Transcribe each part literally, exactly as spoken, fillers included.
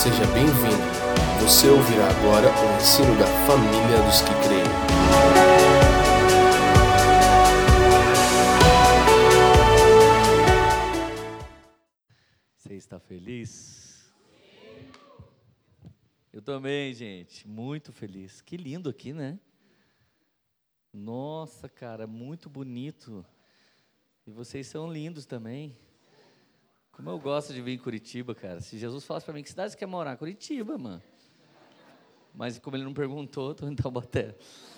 seja bem-vindo. Você ouvirá agora o ensino da família dos que creem. Você está feliz? Eu também, gente, muito feliz. Que lindo aqui, né? Nossa, cara, muito bonito. E vocês são lindos também. Como eu gosto de vir em Curitiba, cara. Se Jesus falasse para mim, que cidade você quer morar? Curitiba, mano. Mas como ele não perguntou, estou em Taubaté.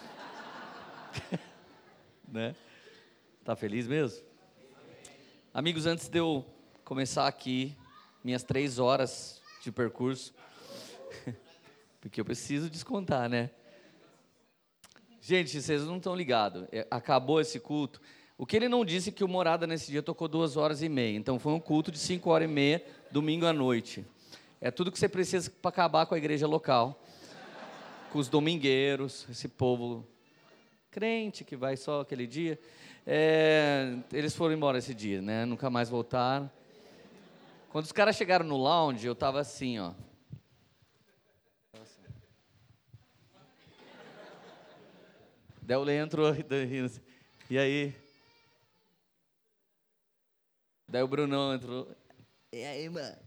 Né? Tá feliz mesmo? Amigos, antes de eu começar aqui, minhas três horas de percurso, porque eu preciso descontar, né? Gente, vocês não estão ligados. Acabou esse culto. O que ele não disse é que o Morada nesse dia tocou duas horas e meia. Então foi um culto de cinco horas e meia, domingo à noite. É tudo que você precisa para acabar com a igreja local. Com os domingueiros, esse povo crente que vai só aquele dia. É, eles foram embora esse dia, né? Nunca mais voltaram. Quando os caras chegaram no lounge, eu estava assim, ó. Daí o Lê entrou rindo assim. E aí? Daí o Brunão entrou. E aí, mano?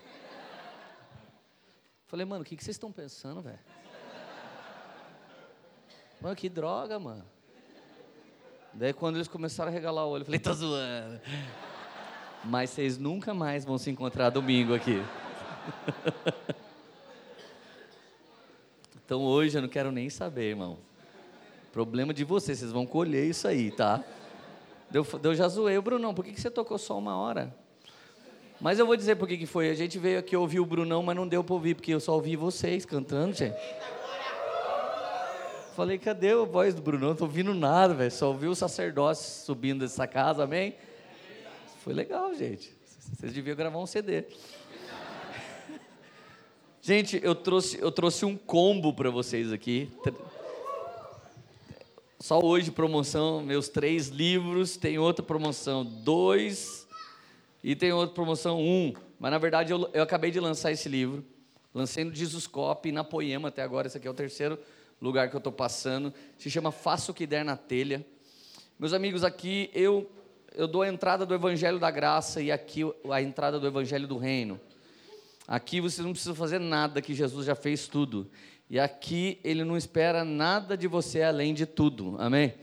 Falei, mano, o que, que vocês estão pensando, velho? Mano, que droga, mano. Daí quando eles começaram a regalar o olho, eu falei, tá zoando. Mas vocês nunca mais vão se encontrar domingo aqui. Então hoje eu não quero nem saber, irmão. Problema de vocês, vocês vão colher isso aí, tá? Eu, eu já zoei o Brunão, por que, que você tocou só uma hora? Mas eu vou dizer por que, que foi. A gente veio aqui ouvir o Brunão, mas não deu para ouvir, porque eu só ouvi vocês cantando, gente. Falei, cadê a voz do Brunão? Não tô ouvindo nada, velho. Só ouvi o sacerdócio subindo dessa casa, amém? Foi legal, gente. Vocês deviam gravar um C D. Gente, eu trouxe, eu trouxe um combo para vocês aqui. Só hoje promoção, meus três livros, tem outra promoção, dois, e tem outra promoção, um. Mas, na verdade, eu, eu acabei de lançar esse livro. Lancei no Jesuscope e na Poema até agora. Esse aqui é o terceiro lugar que eu estou passando. Se chama Faça o que Der na Telha. Meus amigos, aqui eu, eu dou a entrada do Evangelho da Graça e aqui a entrada do Evangelho do Reino. Aqui vocês não precisam fazer nada, que Jesus já fez tudo. E aqui ele não espera nada de você além de tudo, amém?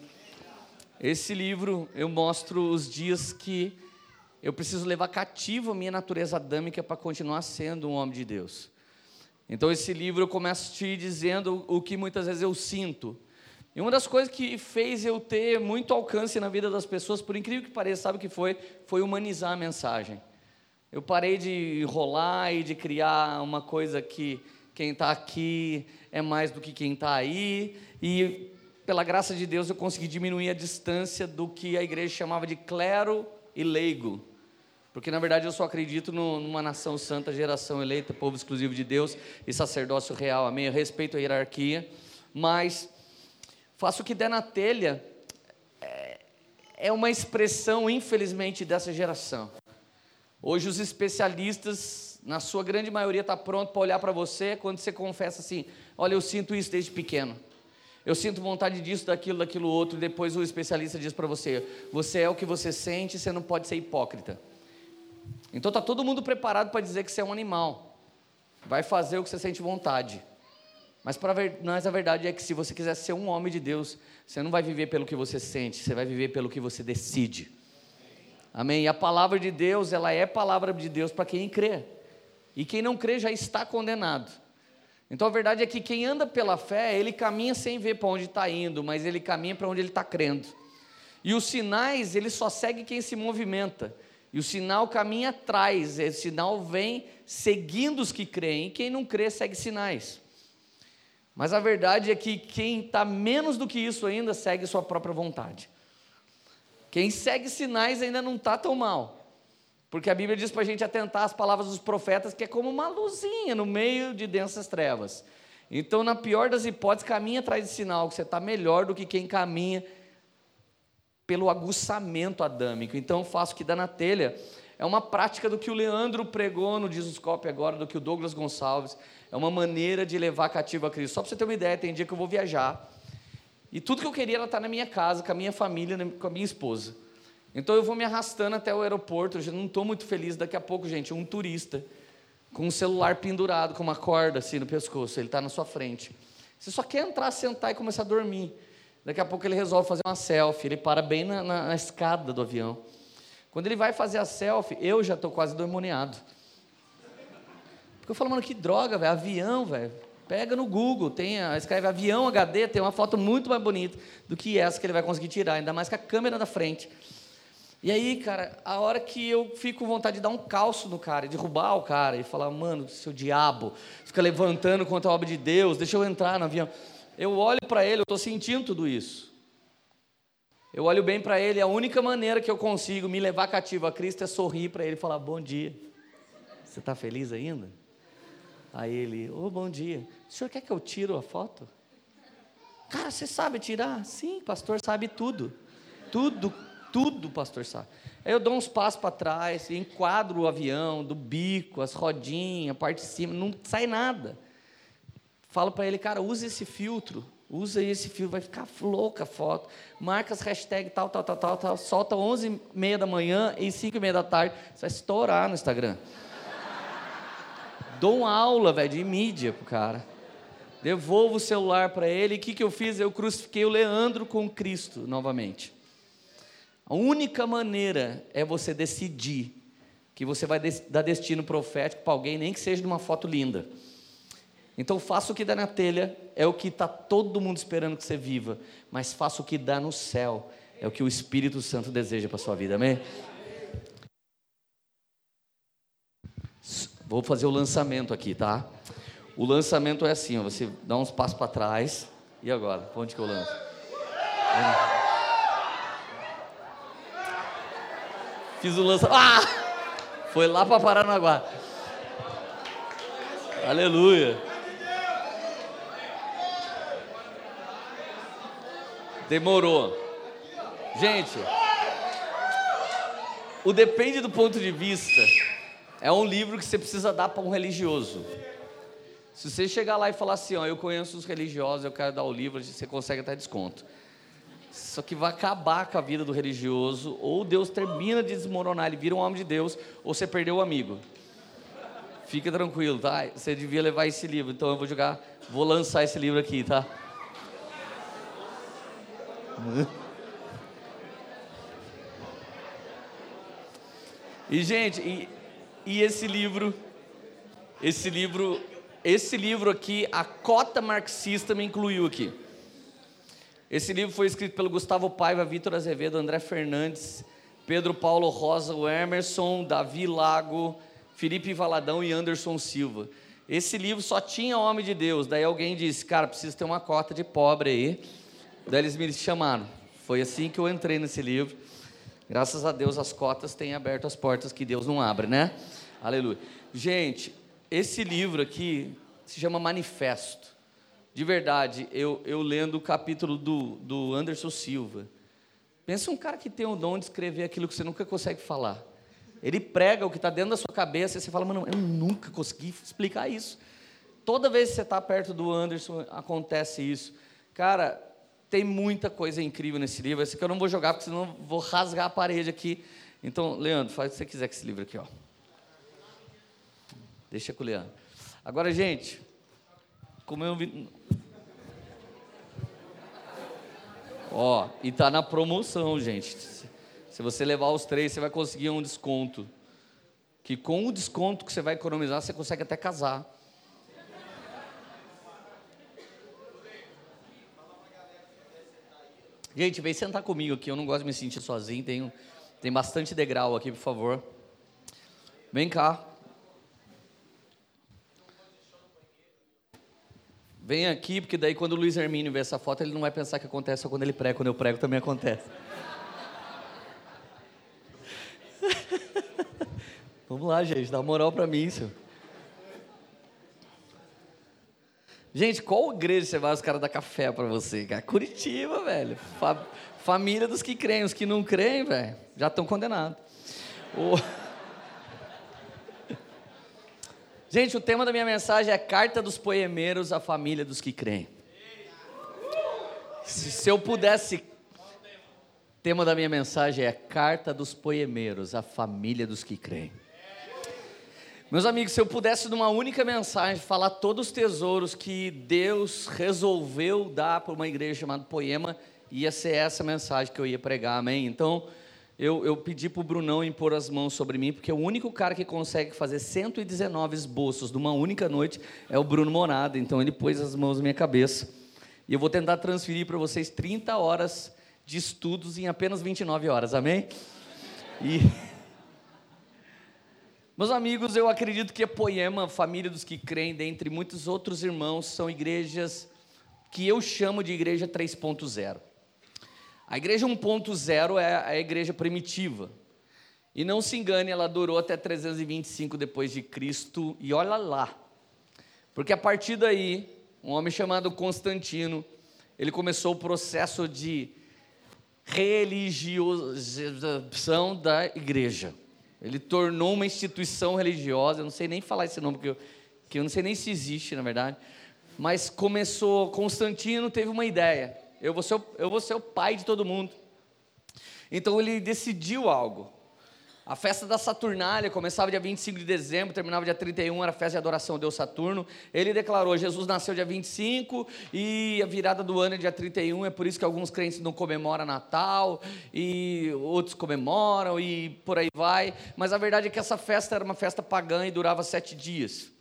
Esse livro eu mostro os dias que eu preciso levar cativo a minha natureza adâmica para continuar sendo um homem de Deus. Então esse livro eu começo te dizendo o que muitas vezes eu sinto. E uma das coisas que fez eu ter muito alcance na vida das pessoas, por incrível que pareça, sabe o que foi? Foi humanizar a mensagem. Eu parei de enrolar e de criar uma coisa que quem está aqui é mais do que quem está aí, e pela graça de Deus eu consegui diminuir a distância do que a igreja chamava de clero e leigo, porque na verdade eu só acredito no, numa nação santa, geração eleita, povo exclusivo de Deus e sacerdócio real, amém? Eu respeito a hierarquia, mas faço o que der na telha, é, é uma expressão infelizmente dessa geração. Hoje os especialistas, na sua grande maioria, está pronto para olhar para você quando você confessa assim, olha, eu sinto isso desde pequeno, eu sinto vontade disso, daquilo, daquilo outro, e depois o especialista diz para você, você é o que você sente, você não pode ser hipócrita. Então está todo mundo preparado para dizer que você é um animal, vai fazer o que você sente vontade, mas, pra ver, mas a verdade é que se você quiser ser um homem de Deus, você não vai viver pelo que você sente, você vai viver pelo que você decide, amém? E a palavra de Deus, ela é palavra de Deus para quem crê. E quem não crê já está condenado. Então a verdade é que quem anda pela fé, ele caminha sem ver para onde está indo, mas ele caminha para onde ele está crendo. E os sinais, ele só segue quem se movimenta. E o sinal caminha atrás, o sinal vem seguindo os que creem. E quem não crê segue sinais. Mas a verdade é que quem está menos do que isso ainda segue sua própria vontade. Quem segue sinais ainda não está tão mal. Porque a Bíblia diz para a gente atentar às palavras dos profetas, que é como uma luzinha no meio de densas trevas. Então, na pior das hipóteses, caminha atrás de sinal, que você está melhor do que quem caminha pelo aguçamento adâmico. Então, faço o que dá na telha. é uma prática do que o Leandro pregou no Jesuscope agora, do que o Douglas Gonçalves. É uma maneira de levar cativo a Cristo. Só para você ter uma ideia, tem dia que eu vou viajar, e tudo que eu queria era estar na minha casa, com a minha família, com a minha esposa. Então eu vou me arrastando até o aeroporto, eu já não estou muito feliz. Daqui a pouco, gente, um turista, com um celular pendurado, com uma corda assim no pescoço, ele está na sua frente. Você só quer entrar, sentar e começar a dormir. Daqui a pouco ele resolve fazer uma selfie, ele para bem na, na, na escada do avião. Quando ele vai fazer a selfie, eu já estou quase endemoniado. Porque eu falo, mano, que droga, velho, avião, velho. Pega no Google, tem, escreve avião H D, tem uma foto muito mais bonita do que essa que ele vai conseguir tirar, ainda mais com a câmera da frente. E aí, cara, a hora que eu fico com vontade de dar um calço no cara, derrubar o cara e falar, mano, seu diabo, fica levantando contra a obra de Deus, deixa eu entrar no avião. Eu olho para ele, eu estou sentindo tudo isso. Eu olho bem para ele, a única maneira que eu consigo me levar cativo a Cristo é sorrir para ele e falar, bom dia. Você está feliz ainda? Aí ele, ô, oh, bom dia. O senhor quer que eu tire a foto? Cara, você sabe tirar? Sim, pastor sabe tudo. Tudo, tudo o pastor sabe. Aí eu dou uns passos para trás, enquadro o avião, do bico, as rodinhas, a parte de cima, não sai nada. Falo para ele, cara, usa esse filtro, usa esse filtro, vai ficar louca a foto. Marca as hashtags tal, tal, tal, tal, tal, solta onze e meia da manhã e cinco e meia da tarde, você vai estourar no Instagram. Dou uma aula, velho, de mídia pro cara. Devolvo o celular para ele. E o que, que eu fiz? Eu crucifiquei o Leandro com Cristo novamente. A única maneira é você decidir que você vai dar destino profético para alguém, nem que seja de uma foto linda. Então faça o que dá na telha, é o que está todo mundo esperando que você viva. Mas faça o que dá no céu, é o que o Espírito Santo deseja para a sua vida, amém? Vou fazer o lançamento aqui, tá? O lançamento é assim, ó, você dá uns passos para trás. E agora? Para onde que eu lanço? Fiz o lançamento. Ah! Foi lá para Paranaguá. Aleluia. Demorou. Gente, o Depende do Ponto de Vista é um livro que você precisa dar para um religioso. Se você chegar lá e falar assim, ó, eu conheço os religiosos, eu quero dar o livro, você consegue até desconto. Só que vai acabar com a vida do religioso, ou Deus termina de desmoronar, ele vira um homem de Deus, ou você perdeu o amigo. Fica tranquilo, tá? Você devia levar esse livro, então eu vou jogar, vou lançar esse livro aqui, tá? E, gente, e, e esse livro, esse livro, esse livro aqui, a cota marxista me incluiu aqui. Esse livro foi escrito pelo Gustavo Paiva, Vitor Azevedo, André Fernandes, Pedro Paulo Rosa, o Emerson, Davi Lago, Felipe Valadão e Anderson Silva. Esse livro só tinha homem de Deus. Daí alguém disse, cara, precisa ter uma cota de pobre aí. Daí eles me chamaram. Foi assim que eu entrei nesse livro. Graças a Deus as cotas têm aberto as portas que Deus não abre, né? Aleluia. Gente, esse livro aqui se chama Manifesto. De verdade, eu, eu lendo o capítulo do, do Anderson Silva. Pensa um cara que tem o dom de escrever aquilo que você nunca consegue falar. Ele prega o que está dentro da sua cabeça e você fala, mano, eu nunca consegui explicar isso. Toda vez que você está perto do Anderson, acontece isso. Cara, tem muita coisa incrível nesse livro. Esse aqui eu não vou jogar, porque senão eu vou rasgar a parede aqui. Então, Leandro, faz o que você quiser com esse livro aqui, ó. Deixa com o Leandro. Agora, gente, como eu vi... Ó, e tá na promoção, gente. Se você levar os três, você vai conseguir um desconto. Que com o desconto que você vai economizar, você consegue até casar. Gente, vem sentar comigo aqui, eu não gosto de me sentir sozinho, tem, tem bastante degrau aqui, por favor. Vem cá. Vem aqui, porque daí quando o Luiz Hermínio ver essa foto, ele não vai pensar que acontece só quando ele prega, quando eu prego também acontece. Vamos lá, gente, dá moral pra mim, senhor. Gente, qual igreja você vai, os caras dão café pra você, cara? Curitiba, velho. Fa- família dos que creem, os que não creem, velho, já estão condenados. O... Gente, o tema da minha mensagem é Carta dos Poemeiros à Família dos que Creem. Se, se eu pudesse... O tema da minha mensagem é Carta dos Poemeiros à Família dos que Creem. Meus amigos, se eu pudesse numa única mensagem falar todos os tesouros que Deus resolveu dar para uma igreja chamada Poema, ia ser essa mensagem que eu ia pregar, amém? Então, eu, eu pedi para o Brunão impor as mãos sobre mim, porque o único cara que consegue fazer cento e dezenove esboços numa única noite é o Bruno Monada, então ele pôs as mãos na minha cabeça. E eu vou tentar transferir para vocês trinta horas de estudos em apenas vinte e nove horas, amém? E... Meus amigos, eu acredito que a Poema, Família dos que Creem, dentre muitos outros irmãos, são igrejas que eu chamo de igreja três ponto zero. A igreja um ponto zero é a igreja primitiva. E não se engane, ela durou até trezentos e vinte e cinco depois de Cristo, e olha lá. Porque a partir daí, um homem chamado Constantino, ele começou o processo de religiosização da igreja. Ele tornou uma instituição religiosa, eu não sei nem falar esse nome, porque eu, que eu não sei nem se existe, na verdade. Mas começou, Constantino teve uma ideia, eu vou ser o, eu vou ser o pai de todo mundo. Então ele decidiu algo. A festa da Saturnália começava dia vinte e cinco de dezembro, terminava dia trinta e um, era a festa de adoração ao Deus Saturno. Ele declarou, Jesus nasceu dia vinte e cinco e a virada do ano é dia trinta e um, é por isso que alguns crentes não comemoram Natal, e outros comemoram, e por aí vai. Mas a verdade é que essa festa era uma festa pagã e durava sete dias.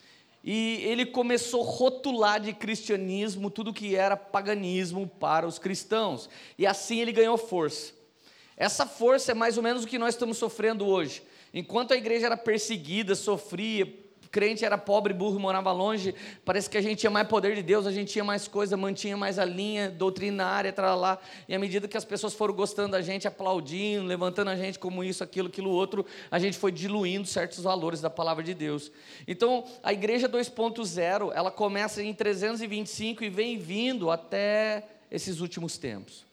E ele começou a rotular de cristianismo tudo que era paganismo para os cristãos. E assim ele ganhou força. Essa força é mais ou menos o que nós estamos sofrendo hoje. Enquanto a igreja era perseguida, sofria, crente era pobre, burro, morava longe, parece que a gente tinha mais poder de Deus, a gente tinha mais coisa, mantinha mais a linha doutrinária, tralá, e à medida que as pessoas foram gostando da gente, aplaudindo, levantando a gente como isso, aquilo, aquilo outro, a gente foi diluindo certos valores da palavra de Deus. Então, a igreja dois ponto zero, ela começa em trezentos e vinte e cinco e vem vindo até esses últimos tempos.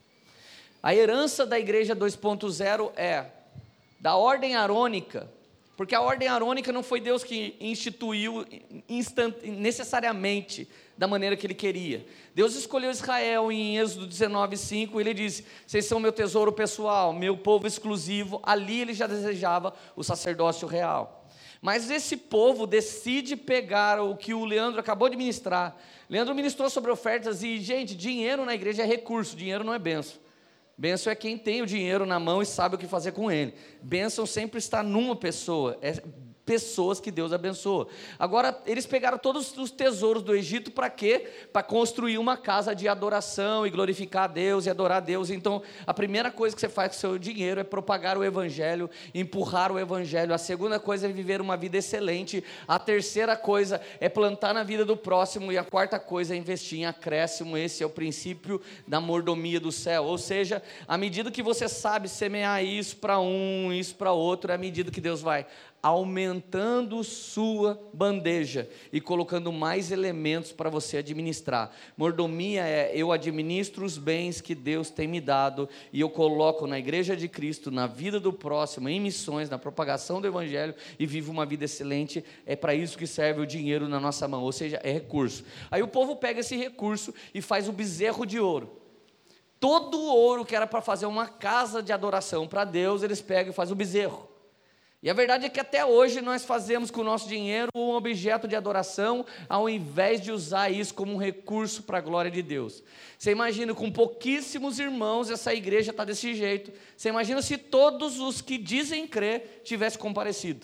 A herança da igreja dois ponto zero é da ordem arônica, porque a ordem arônica não foi Deus que instituiu instant, necessariamente da maneira que Ele queria. Deus escolheu Israel em Êxodo dezenove, cinco, Ele disse, vocês são meu tesouro pessoal, meu povo exclusivo. Ali Ele já desejava o sacerdócio real. Mas esse povo decide pegar o que o Leandro acabou de ministrar. Leandro ministrou sobre ofertas e, gente, dinheiro na igreja é recurso, dinheiro não é bênção. Bênção é quem tem o dinheiro na mão e sabe o que fazer com ele. Bênção sempre está numa pessoa, é pessoas que Deus abençoa. Agora, eles pegaram todos os tesouros do Egito para quê? Para construir uma casa de adoração e glorificar a Deus e adorar a Deus. Então, a primeira coisa que você faz com o seu dinheiro é propagar o Evangelho, empurrar o Evangelho. A segunda coisa é viver uma vida excelente. A terceira coisa é plantar na vida do próximo. E a quarta coisa é investir em acréscimo. Esse é o princípio da mordomia do céu. Ou seja, à medida que você sabe semear isso para um, isso para outro, é à medida que Deus vai aumentando sua bandeja e colocando mais elementos para você administrar. Mordomia é, eu administro os bens que Deus tem me dado e eu coloco na igreja de Cristo, na vida do próximo, em missões, na propagação do Evangelho e vivo uma vida excelente. É para isso que serve o dinheiro na nossa mão, ou seja, é recurso. Aí o povo pega esse recurso e faz o bezerro de ouro. Todo o ouro que era para fazer uma casa de adoração para Deus, eles pegam e fazem o bezerro. E a verdade é que até hoje nós fazemos com o nosso dinheiro um objeto de adoração, ao invés de usar isso como um recurso para a glória de Deus. Você imagina, com pouquíssimos irmãos, essa igreja está desse jeito. Você imagina se todos os que dizem crer tivessem comparecido.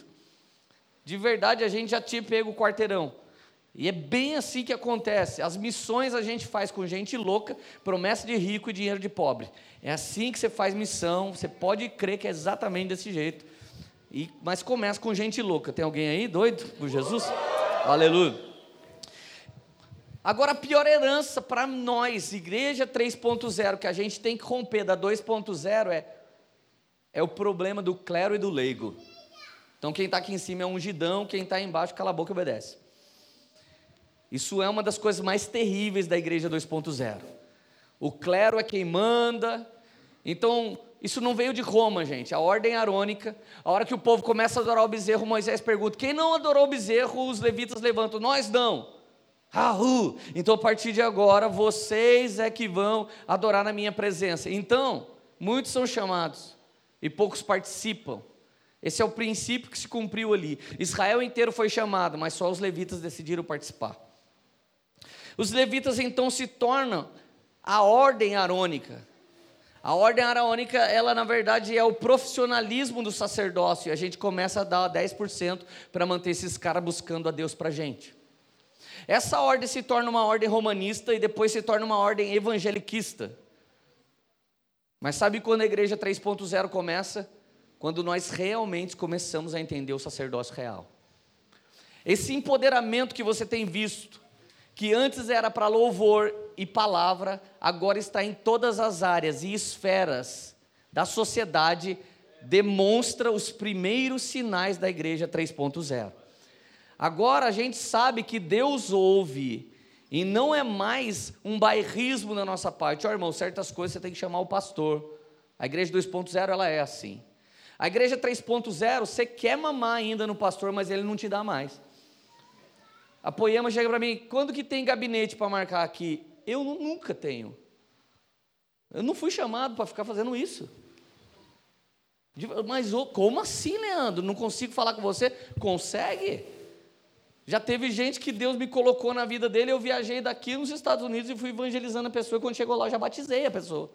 De verdade, a gente já tinha pego o quarteirão. E é bem assim que acontece. As missões a gente faz com gente louca, promessa de rico e dinheiro de pobre. É assim que você faz missão, você pode crer que é exatamente desse jeito. E, mas começa com gente louca. Tem alguém aí doido por Jesus? Aleluia. Agora, a pior herança para nós, igreja três ponto zero, que a gente tem que romper da dois ponto zero é, é o problema do clero e do leigo. Então quem está aqui em cima é um ungidão, quem está embaixo cala a boca e obedece. Isso é uma das coisas mais terríveis da igreja dois ponto zero. O clero é quem manda. Então, isso não veio de Roma, gente. A ordem arônica, a hora que o povo começa a adorar o bezerro, Moisés pergunta: quem não adorou o bezerro? Os levitas levantam: nós não. Ahu! Então, a partir de agora, vocês é que vão adorar na minha presença. Então, muitos são chamados e poucos participam. Esse é o princípio que se cumpriu ali. Israel inteiro foi chamado, mas só os levitas decidiram participar. Os levitas então se tornam a ordem arônica. A ordem arônica, ela na verdade é o profissionalismo do sacerdócio. E a gente começa a dar dez por cento para manter esses caras buscando a Deus para a gente. Essa ordem se torna uma ordem romanista e depois se torna uma ordem evangeliquista. Mas sabe quando a igreja três ponto zero começa? Quando nós realmente começamos a entender o sacerdócio real. Esse empoderamento que você tem visto, que antes era para louvor e palavra, agora está em todas as áreas e esferas da sociedade, demonstra os primeiros sinais da igreja três ponto zero. Agora a gente sabe que Deus ouve, e não é mais um bairrismo da nossa parte. Ó, irmão, certas coisas você tem que chamar o pastor. A igreja dois ponto zero, ela é assim. A igreja três ponto zero, você quer mamar ainda no pastor, mas ele não te dá mais. A Poema chega para mim: quando que tem gabinete para marcar aqui? Eu não, nunca tenho. Eu não fui chamado para ficar fazendo isso. Mas como assim, Leandro? Não consigo falar com você? Consegue? Já teve gente que Deus me colocou na vida dele, eu viajei daqui nos Estados Unidos e fui evangelizando a pessoa, e quando chegou lá eu já batizei a pessoa.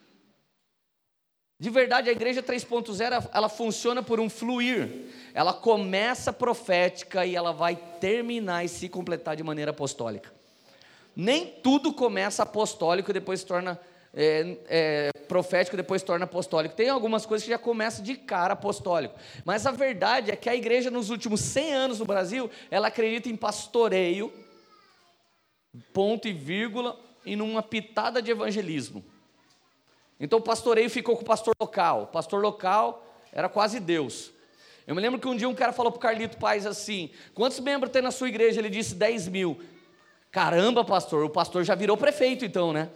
De verdade, a igreja três ponto zero, ela funciona por um fluir. Ela começa profética e ela vai terminar e se completar de maneira apostólica. Nem tudo começa apostólico e depois se torna é, é, profético e depois se torna apostólico. Tem algumas coisas que já começam de cara apostólico. Mas a verdade é que a igreja nos últimos cem anos no Brasil, ela acredita em pastoreio, ponto e vírgula, e numa pitada de evangelismo. Então o pastoreio ficou com o pastor local. O pastor local era quase Deus. Eu me lembro que um dia um cara falou para o Carlito Paz assim: quantos membros tem na sua igreja? Ele disse dez mil. Caramba, pastor, o pastor já virou prefeito então, né?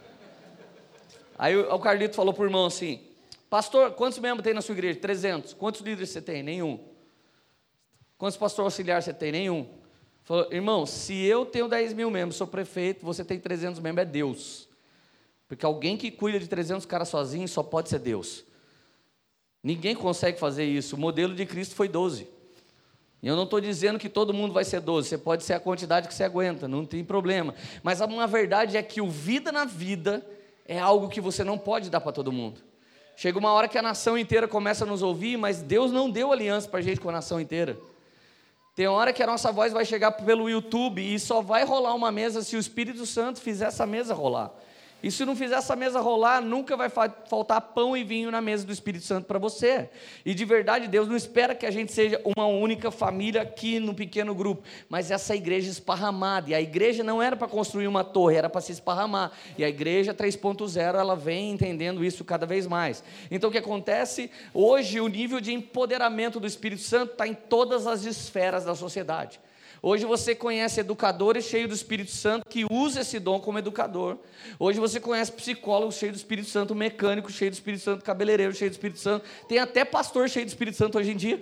Aí o Carlito falou para o irmão assim: pastor, quantos membros tem na sua igreja? trezentos. Quantos líderes você tem? Nenhum. Quantos pastores auxiliares você tem? Nenhum. Falou: irmão, se eu tenho dez mil membros, sou prefeito, você tem trezentos membros, é Deus. Porque alguém que cuida de trezentos caras sozinho só pode ser Deus. Ninguém consegue fazer isso. O modelo de Cristo foi doze. E eu não estou dizendo que todo mundo vai ser doze. Você pode ser a quantidade que você aguenta, não tem problema. Mas uma verdade é que o vida na vida é algo que você não pode dar para todo mundo. Chega uma hora que a nação inteira começa a nos ouvir, mas Deus não deu aliança para a gente com a nação inteira. Tem hora que a nossa voz vai chegar pelo YouTube e só vai rolar uma mesa se o Espírito Santo fizer essa mesa rolar. E se não fizer essa mesa rolar, nunca vai faltar pão e vinho na mesa do Espírito Santo para você. E de verdade, Deus não espera que a gente seja uma única família aqui no pequeno grupo, mas essa igreja esparramada. E a igreja não era para construir uma torre, era para se esparramar. E a igreja três ponto zero, ela vem entendendo isso cada vez mais. Então o que acontece? Hoje o nível de empoderamento do Espírito Santo está em todas as esferas da sociedade. Hoje você conhece educadores cheios do Espírito Santo que usa esse dom como educador. Hoje você conhece psicólogos cheios do Espírito Santo, mecânico cheio do Espírito Santo, cabeleireiro cheio do Espírito Santo. Tem até pastor cheio do Espírito Santo hoje em dia.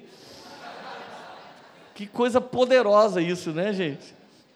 Que coisa poderosa isso, né, gente?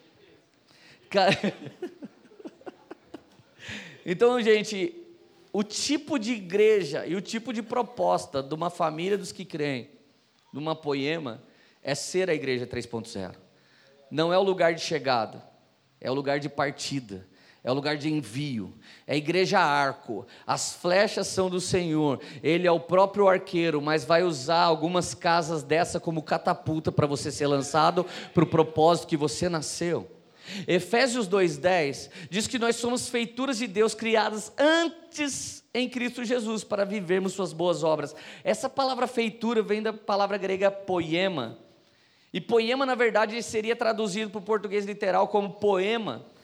Então, gente, o tipo de igreja e o tipo de proposta de uma família dos que creem, de uma Poema, é ser a igreja três ponto zero. Não é o lugar de chegada, é o lugar de partida, é o lugar de envio, é a igreja arco, as flechas são do Senhor, Ele é o próprio arqueiro, mas vai usar algumas casas dessa como catapulta para você ser lançado para o propósito que você nasceu. Efésios dois, dez diz que nós somos feituras de Deus criadas antes em Cristo Jesus para vivermos suas boas obras. Essa palavra feitura vem da palavra grega poema. E poema, na verdade, seria traduzido para o português literal como poema.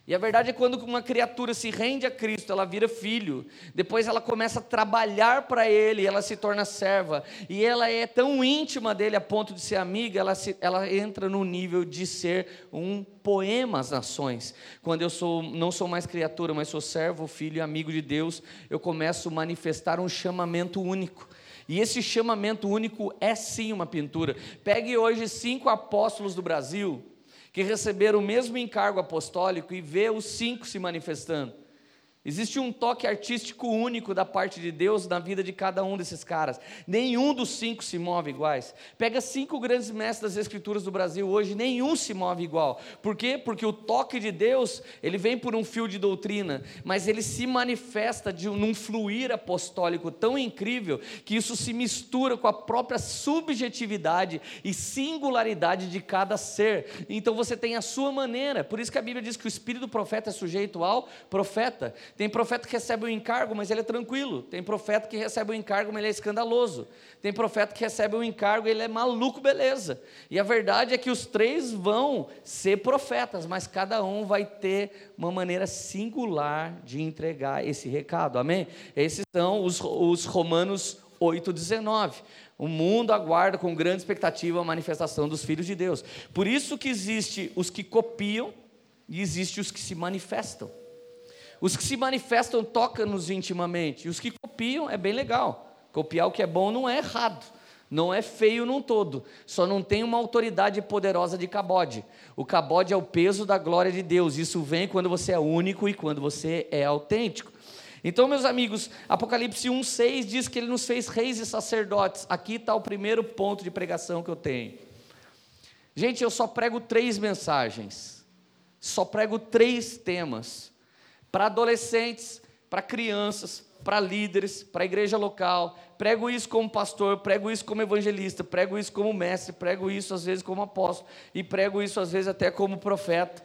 E a verdade é que quando uma criatura se rende a Cristo, ela vira filho, depois ela começa a trabalhar para Ele, ela se torna serva, e ela é tão íntima dele a ponto de ser amiga, ela, se, ela entra no nível de ser um poema às nações. Quando eu sou, não sou mais criatura, mas sou servo, filho e amigo de Deus, eu começo a manifestar um chamamento único. E esse chamamento único é sim uma pintura. Pegue hoje cinco apóstolos do Brasil, que receberam o mesmo encargo apostólico, e vê os cinco se manifestando. Existe um toque artístico único da parte de Deus na vida de cada um desses caras. Nenhum dos cinco se move iguais. Pega cinco grandes mestres das Escrituras do Brasil hoje, nenhum se move igual. Por quê? Porque o toque de Deus, ele vem por um fio de doutrina, mas ele se manifesta de um, num fluir apostólico tão incrível, que isso se mistura com a própria subjetividade e singularidade de cada ser. Então você tem a sua maneira. Por isso que a Bíblia diz que o espírito do profeta é sujeito ao profeta. Tem profeta que recebe o encargo, mas ele é tranquilo. Tem profeta que recebe o encargo, mas ele é escandaloso. Tem profeta que recebe o encargo e ele é maluco, beleza. E a verdade é que os três vão ser profetas, mas cada um vai ter uma maneira singular de entregar esse recado, amém? Esses são os, os Romanos oito, dezenove. O mundo aguarda com grande expectativa a manifestação dos filhos de Deus. Por isso que existe os que copiam e existe os que se manifestam. Os que se manifestam tocam-nos intimamente, e os que copiam é bem legal. Copiar o que é bom não é errado, não é feio num todo, só não tem uma autoridade poderosa de cabode. O cabode é o peso da glória de Deus, isso vem quando você é único e quando você é autêntico. Então, meus amigos, Apocalipse um, seis diz que Ele nos fez reis e sacerdotes. Aqui está o primeiro ponto de pregação que eu tenho. Gente, eu só prego três mensagens, só prego três temas, para adolescentes, para crianças, para líderes, para a igreja local. Prego isso como pastor, prego isso como evangelista, prego isso como mestre, prego isso às vezes como apóstolo, e prego isso às vezes até como profeta.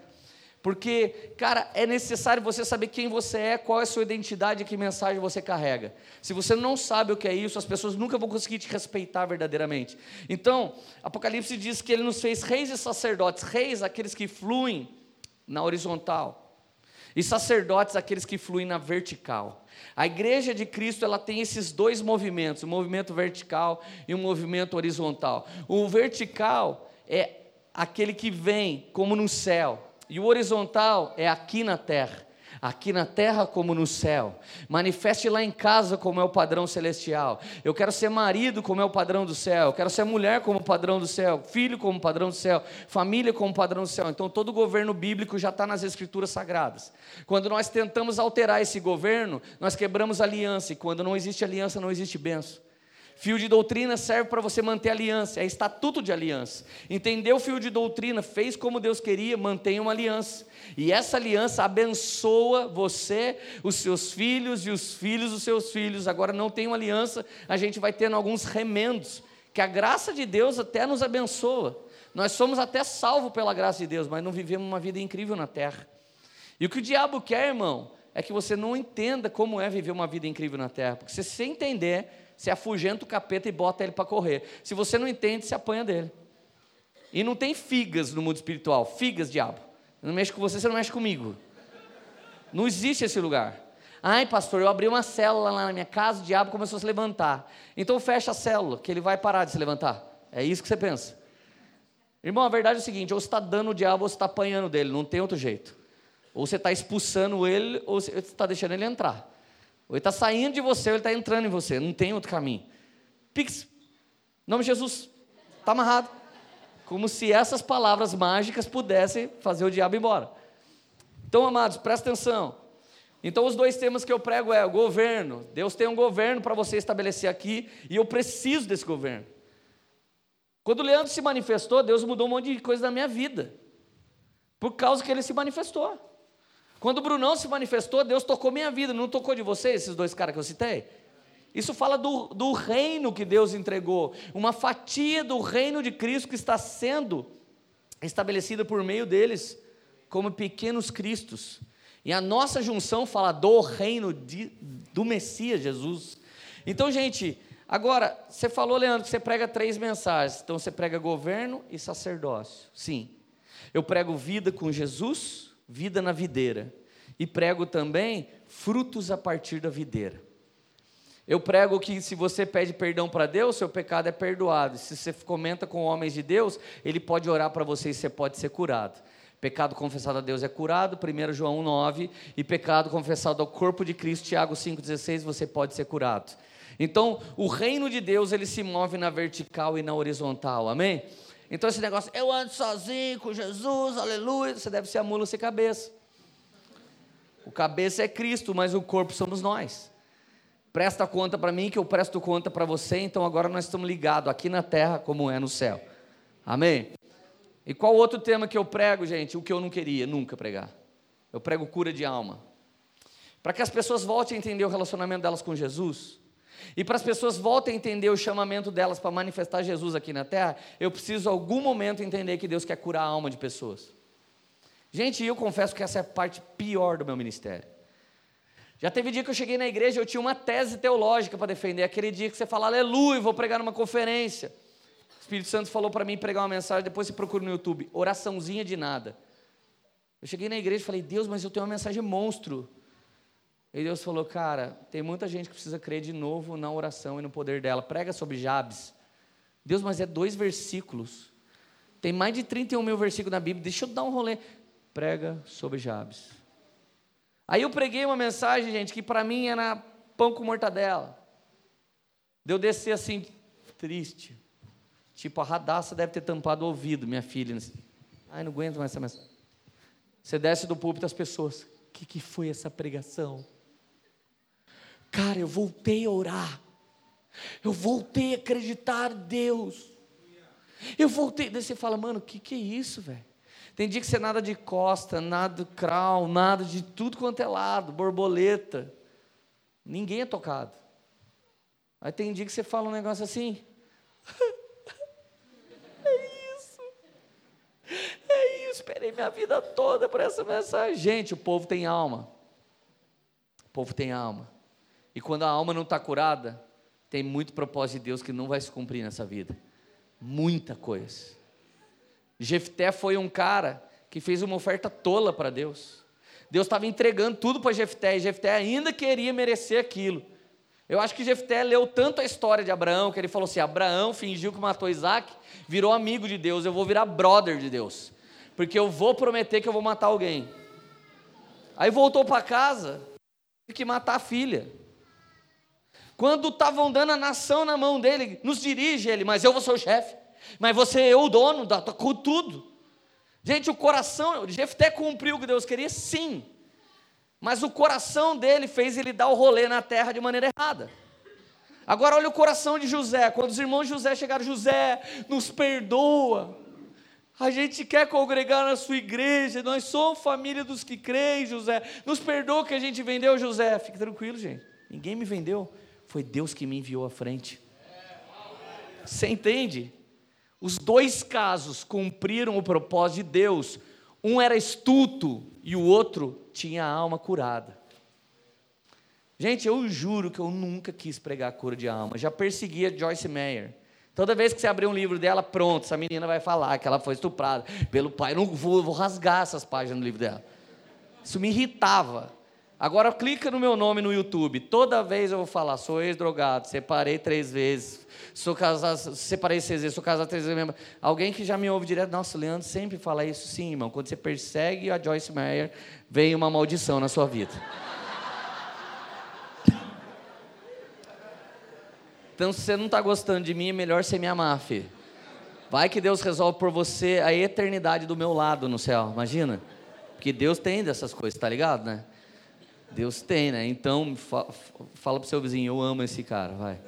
Porque, cara, é necessário você saber quem você é, qual é a sua identidade e que mensagem você carrega. Se você não sabe o que é isso, as pessoas nunca vão conseguir te respeitar verdadeiramente. Então, Apocalipse diz que Ele nos fez reis e sacerdotes. Reis, aqueles que fluem na horizontal, e sacerdotes, aqueles que fluem na vertical. A igreja de Cristo, ela tem esses dois movimentos, um movimento vertical e um movimento horizontal. O vertical é aquele que vem como no céu, e o horizontal é aqui na terra. Aqui na terra como no céu. Manifeste lá em casa como é o padrão celestial. Eu quero ser marido como é o padrão do céu. Eu quero ser mulher como o padrão do céu. Filho como padrão do céu. Família como padrão do céu. Então todo o governo bíblico já está nas escrituras sagradas. Quando nós tentamos alterar esse governo, nós quebramos a aliança. E quando não existe aliança, não existe bênção. Fio de doutrina serve para você manter aliança, é estatuto de aliança. Entendeu o fio de doutrina, fez como Deus queria, mantenha uma aliança. E essa aliança abençoa você, os seus filhos e os filhos dos seus filhos. Agora não tem uma aliança, a gente vai tendo alguns remendos, que a graça de Deus até nos abençoa. Nós somos até salvos pela graça de Deus, mas não vivemos uma vida incrível na terra. E o que o diabo quer, irmão, é que você não entenda como é viver uma vida incrível na terra. Porque se você entender, você afugenta o capeta e bota ele para correr. Se você não entende, você apanha dele. E não tem figas no mundo espiritual. Figas, diabo. Eu não mexo com você, você não mexe comigo. Não existe esse lugar. Ai, pastor, eu abri uma célula lá na minha casa, o diabo começou a se levantar. Então fecha a célula, que ele vai parar de se levantar. É isso que você pensa. Irmão, a verdade é o seguinte, ou você está dando o diabo, ou você está apanhando dele. Não tem outro jeito. Ou você está expulsando ele, ou você está deixando ele entrar. Ou ele está saindo de você, ou ele está entrando em você. Não tem outro caminho. Pix, nome de Jesus, está amarrado. Como se essas palavras mágicas pudessem fazer o diabo embora. Então, amados, presta atenção. Então, os dois temas que eu prego é o governo. Deus tem um governo para você estabelecer aqui, e eu preciso desse governo. Quando o Leandro se manifestou, Deus mudou um monte de coisa na minha vida. Por causa que ele se manifestou. Quando o Brunão se manifestou, Deus tocou minha vida, não tocou de vocês, esses dois caras que eu citei? Isso fala do, do reino que Deus entregou, uma fatia do reino de Cristo que está sendo estabelecida por meio deles, como pequenos cristos. E a nossa junção fala do reino de, do Messias Jesus. Então, gente, agora, você falou, Leandro, que você prega três mensagens. Então, você prega governo e sacerdócio. Sim. Eu prego vida com Jesus, vida na videira. E prego também frutos a partir da videira. Eu prego que se você pede perdão para Deus, seu pecado é perdoado. Se você comenta com homens de Deus, ele pode orar para você e você pode ser curado. Pecado confessado a Deus é curado, primeiro João nove, e pecado confessado ao corpo de Cristo, Tiago cinco dezesseis, você pode ser curado. Então, o reino de Deus, ele se move na vertical e na horizontal, amém? Então esse negócio, eu ando sozinho com Jesus, aleluia, você deve ser a mula sem cabeça. O cabeça é Cristo, mas o corpo somos nós. Presta conta para mim que eu presto conta para você, então agora nós estamos ligados aqui na terra como é no céu, amém? E qual outro tema que eu prego, gente? O que eu não queria nunca pregar. Eu prego cura de alma. Para que as pessoas voltem a entender o relacionamento delas com Jesus, e para as pessoas voltem a entender o chamamento delas para manifestar Jesus aqui na terra, eu preciso, em algum momento, entender que Deus quer curar a alma de pessoas. Gente, eu confesso que essa é a parte pior do meu ministério. Já teve dia que eu cheguei na igreja, eu tinha uma tese teológica para defender. Aquele dia que você fala, aleluia, vou pregar numa conferência. O Espírito Santo falou para mim pregar uma mensagem, depois você procura no YouTube, oraçãozinha de nada. Eu cheguei na igreja e falei, Deus, mas eu tenho uma mensagem monstro. E Deus falou, cara, tem muita gente que precisa crer de novo na oração e no poder dela. Prega sobre Jabes. Deus, mas é dois versículos. Tem mais de trinta e um mil versículos na Bíblia, deixa eu dar um rolê. Prega sobre Jabes. Aí eu preguei uma mensagem, gente, que para mim era pão com mortadela. Deu descer assim, triste. Tipo, a Radassa deve ter tampado o ouvido, minha filha. Ai, não aguento mais essa mensagem. Você desce do púlpito, as pessoas, o que, que foi essa pregação? Cara, eu voltei a orar. Eu voltei a acreditar em Deus. Eu voltei, daí você fala, mano, o que, que é isso, velho? Tem dia que você nada de costa, nada de crawl, nada de tudo quanto é lado, borboleta. Ninguém é tocado. Aí tem dia que você fala um negócio assim. É isso. É isso. Esperei minha vida toda por essa mensagem. Gente, o povo tem alma. O povo tem alma. E quando a alma não está curada, tem muito propósito de Deus que não vai se cumprir nessa vida. Muita coisa. Jefté foi um cara que fez uma oferta tola para Deus. Deus estava entregando tudo para Jefté, e Jefté ainda queria merecer aquilo. Eu acho que Jefté leu tanto a história de Abraão, que ele falou assim, Abraão fingiu que matou Isaac, virou amigo de Deus, eu vou virar brother de Deus, porque eu vou prometer que eu vou matar alguém. Aí voltou para casa, teve que matar a filha. Quando estavam dando a nação na mão dele, nos dirige ele, mas eu vou ser o chefe. Mas você é o dono, da com tudo. Gente, o coração, Jefté cumpriu o que Deus queria, sim. Mas o coração dele fez ele dar o rolê na terra de maneira errada. Agora olha o coração de José. Quando os irmãos de José chegaram, José, nos perdoa. A gente quer congregar na sua igreja, nós somos família dos que creem, José. Nos perdoa que a gente vendeu, José. Fique tranquilo, gente. Ninguém me vendeu. Foi Deus que me enviou à frente. Você entende? Os dois casos cumpriram o propósito de Deus. Um era astuto e o outro tinha a alma curada. Gente, eu juro que eu nunca quis pregar a cura de alma. Já perseguia Joyce Meyer. Toda vez que você abrir um livro dela, pronto, essa menina vai falar que ela foi estuprada pelo pai. Eu não vou, vou rasgar essas páginas do livro dela. Isso me irritava. Agora clica no meu nome no YouTube. Toda vez eu vou falar, sou ex-drogado, separei três vezes, sou casado, separei seis vezes, sou casado três vezes mesmo. Alguém que já me ouve direto, nossa, o Leandro sempre fala isso. Sim, irmão, quando você persegue a Joyce Meyer, vem uma maldição na sua vida. Então, se você não está gostando de mim, é melhor você me amar, filho. Vai que Deus resolve por você a eternidade do meu lado no céu, imagina. Porque Deus tem dessas coisas, tá ligado, né? Deus tem, né? Então, fa fala pro seu vizinho, eu amo esse cara, vai.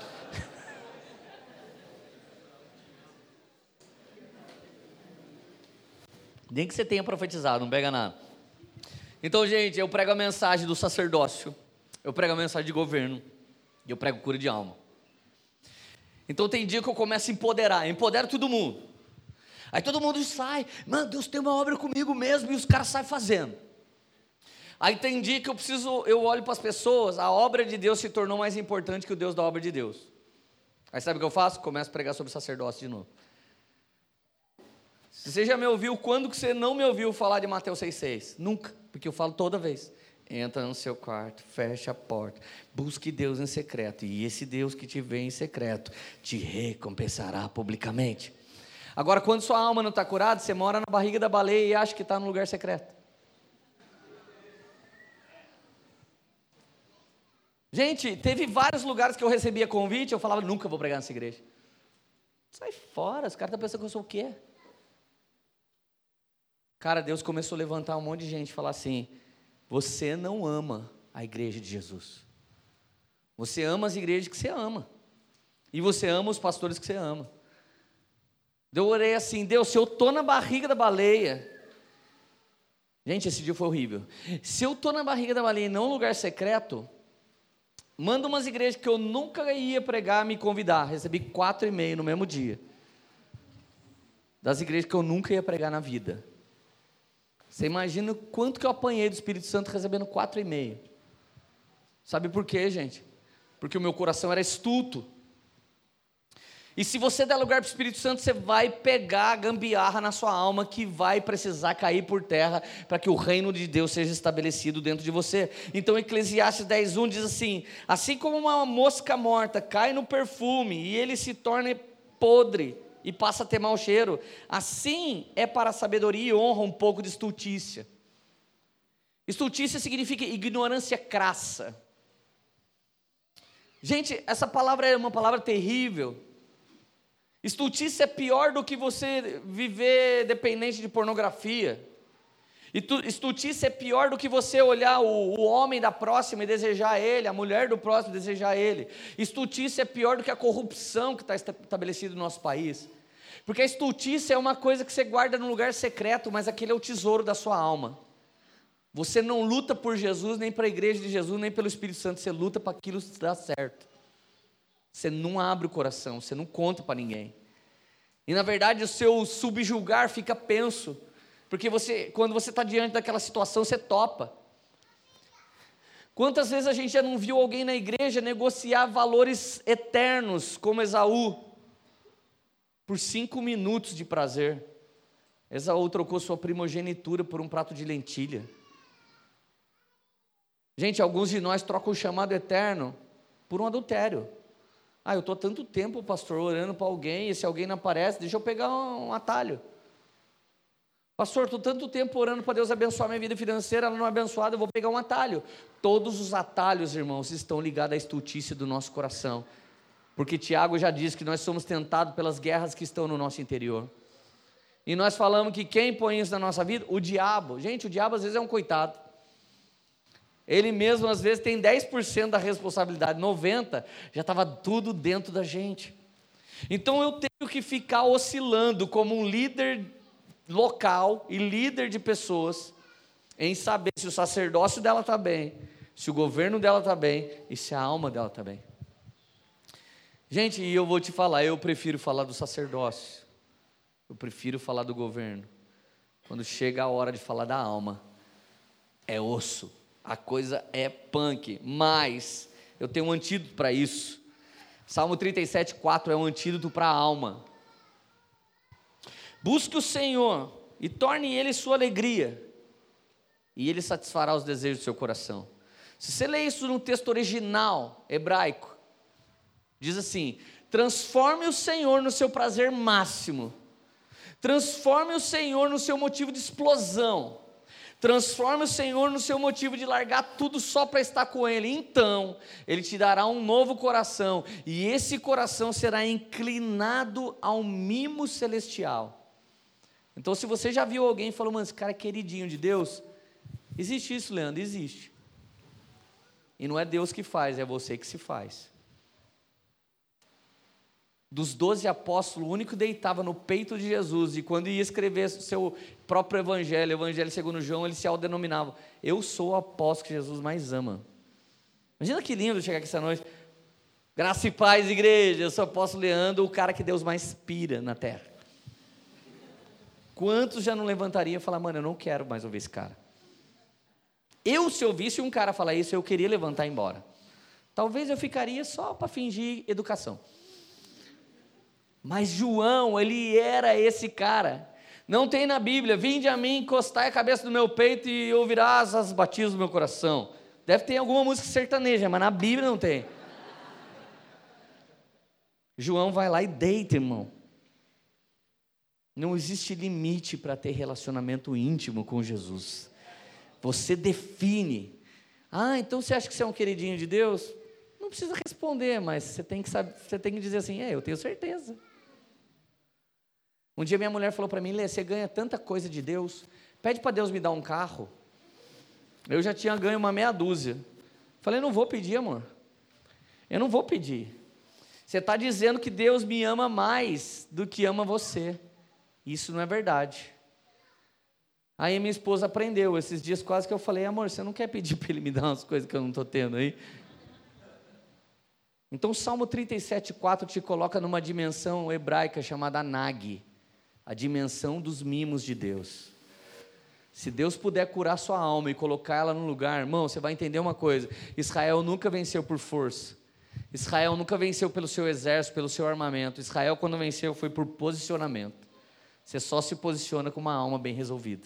Nem que você tenha profetizado, não pega nada. Então, gente, eu prego a mensagem do sacerdócio, eu prego a mensagem de governo, e eu prego cura de alma. Então tem dia que eu começo a empoderar, empodero todo mundo. Aí todo mundo sai, mano, Deus tem uma obra comigo mesmo, e os caras saem fazendo. Aí tem dia que eu preciso, eu olho para as pessoas, a obra de Deus se tornou mais importante que o Deus da obra de Deus. Aí sabe o que eu faço? Começo a pregar sobre sacerdócio de novo. Se você já me ouviu, quando que você não me ouviu falar de Mateus seis seis? Nunca, porque eu falo toda vez. Entra no seu quarto, fecha a porta, busque Deus em secreto, e esse Deus que te vê em secreto te recompensará publicamente. Agora, quando sua alma não está curada, você mora na barriga da baleia e acha que está no lugar secreto. Gente, teve vários lugares que eu recebia convite, eu falava, nunca vou pregar nessa igreja. Sai fora, os caras estão pensando que eu sou o quê? Cara, Deus começou a levantar um monte de gente e falar assim, você não ama a igreja de Jesus. Você ama as igrejas que você ama. E você ama os pastores que você ama. Eu orei assim, Deus, se eu estou na barriga da baleia... Gente, esse dia foi horrível. Se eu estou na barriga da baleia e não num lugar secreto, manda umas igrejas que eu nunca ia pregar me convidar. Recebi quatro e meio no mesmo dia. Das igrejas que eu nunca ia pregar na vida. Você imagina o quanto que eu apanhei do Espírito Santo recebendo quatro e meio. Sabe por quê, gente? Porque o meu coração era estulto. E se você der lugar para o Espírito Santo, você vai pegar a gambiarra na sua alma que vai precisar cair por terra para que o reino de Deus seja estabelecido dentro de você. Então Eclesiastes dez, um diz assim, assim como uma mosca morta cai no perfume e ele se torna podre e passa a ter mau cheiro, assim é para a sabedoria e honra um pouco de estultícia. Estultícia significa ignorância crassa. Gente, essa palavra é uma palavra terrível. Estultícia é pior do que você viver dependente de pornografia. Estultícia é pior do que você olhar o, o homem da próxima e desejar ele, a mulher do próximo e desejar ele. Estultícia é pior do que a corrupção que está estabelecida no nosso país. Porque a estultícia é uma coisa que você guarda num lugar secreto, mas aquele é o tesouro da sua alma. Você não luta por Jesus, nem para a igreja de Jesus, nem pelo Espírito Santo, você luta para aquilo dar certo. Você não abre o coração, você não conta para ninguém. E na verdade o seu subjugar fica penso. Porque você, quando você está diante daquela situação, você topa. Quantas vezes a gente já não viu alguém na igreja negociar valores eternos, como Esaú, por cinco minutos de prazer? Esaú trocou sua primogenitura por um prato de lentilha. Gente, alguns de nós trocam o chamado eterno por um adultério. Ah, eu estou há tanto tempo, pastor, orando para alguém, e se alguém não aparece, deixa eu pegar um, um atalho. Pastor, estou tanto tempo orando para Deus abençoar minha vida financeira, ela não é abençoada, eu vou pegar um atalho. Todos os atalhos, irmãos, estão ligados à estultícia do nosso coração. Porque Tiago já diz que nós somos tentados pelas guerras que estão no nosso interior. E nós falamos que quem põe isso na nossa vida? O diabo. Gente, o diabo às vezes é um coitado. Ele mesmo às vezes tem dez por cento da responsabilidade, noventa por cento já estava tudo dentro da gente. Então eu tenho que ficar oscilando como um líder local e líder de pessoas, em saber se o sacerdócio dela está bem, se o governo dela está bem e se a alma dela está bem. Gente, e eu vou te falar, eu prefiro falar do sacerdócio, eu prefiro falar do governo. Quando chega a hora de falar da alma, é osso, a coisa é punk, mas eu tenho um antídoto para isso. Salmo trinta e sete, quatro é um antídoto para a alma. Busque o Senhor e torne Ele sua alegria, e Ele satisfará os desejos do seu coração. Se você ler isso no texto original, hebraico, diz assim, transforme o Senhor no seu prazer máximo, transforme o Senhor no seu motivo de explosão, transforme o Senhor no seu motivo de largar tudo só para estar com Ele, então Ele te dará um novo coração, e esse coração será inclinado ao mimo celestial. Então se você já viu alguém e falou, mano, esse cara é queridinho de Deus, existe isso, Leandro? Existe. E não é Deus que faz, é você que se faz. Dos doze apóstolos, o único que deitava no peito de Jesus, e quando ia escrever seu próprio evangelho, evangelho segundo João, ele se autodenominava, eu sou o apóstolo que Jesus mais ama. Imagina que lindo chegar aqui essa noite, graça e paz, igreja, eu sou o apóstolo Leandro, o cara que Deus mais pira na terra. Quantos já não levantariam e falar, mano, eu não quero mais ouvir esse cara. Eu, se ouvisse um cara falar isso, eu queria levantar e ir embora. Talvez eu ficaria só para fingir educação. Mas João, ele era esse cara. Não tem na Bíblia, vinde a mim, encostai a cabeça do meu peito e ouvirás as batidas do meu coração. Deve ter alguma música sertaneja, mas na Bíblia não tem. João vai lá e deita, irmão. Não existe limite para ter relacionamento íntimo com Jesus. Você define. Ah, então você acha que você é um queridinho de Deus? Não precisa responder, mas você tem que saber, você tem que dizer assim, é, eu tenho certeza. Um dia minha mulher falou para mim, Lê, você ganha tanta coisa de Deus, pede para Deus me dar um carro. Eu já tinha ganho uma meia dúzia. Falei, não vou pedir, amor. Eu não vou pedir. Você está dizendo que Deus me ama mais do que ama você. Isso não é verdade. Aí minha esposa aprendeu. Esses dias quase que eu falei, amor, você não quer pedir para Ele me dar umas coisas que eu não estou tendo aí? Então o Salmo trinta e sete, quatro te coloca numa dimensão hebraica chamada Nag, a dimensão dos mimos de Deus. Se Deus puder curar sua alma e colocar ela no lugar, irmão, você vai entender uma coisa, Israel nunca venceu por força, Israel nunca venceu pelo seu exército, pelo seu armamento, Israel quando venceu foi por posicionamento. Você só se posiciona com uma alma bem resolvida.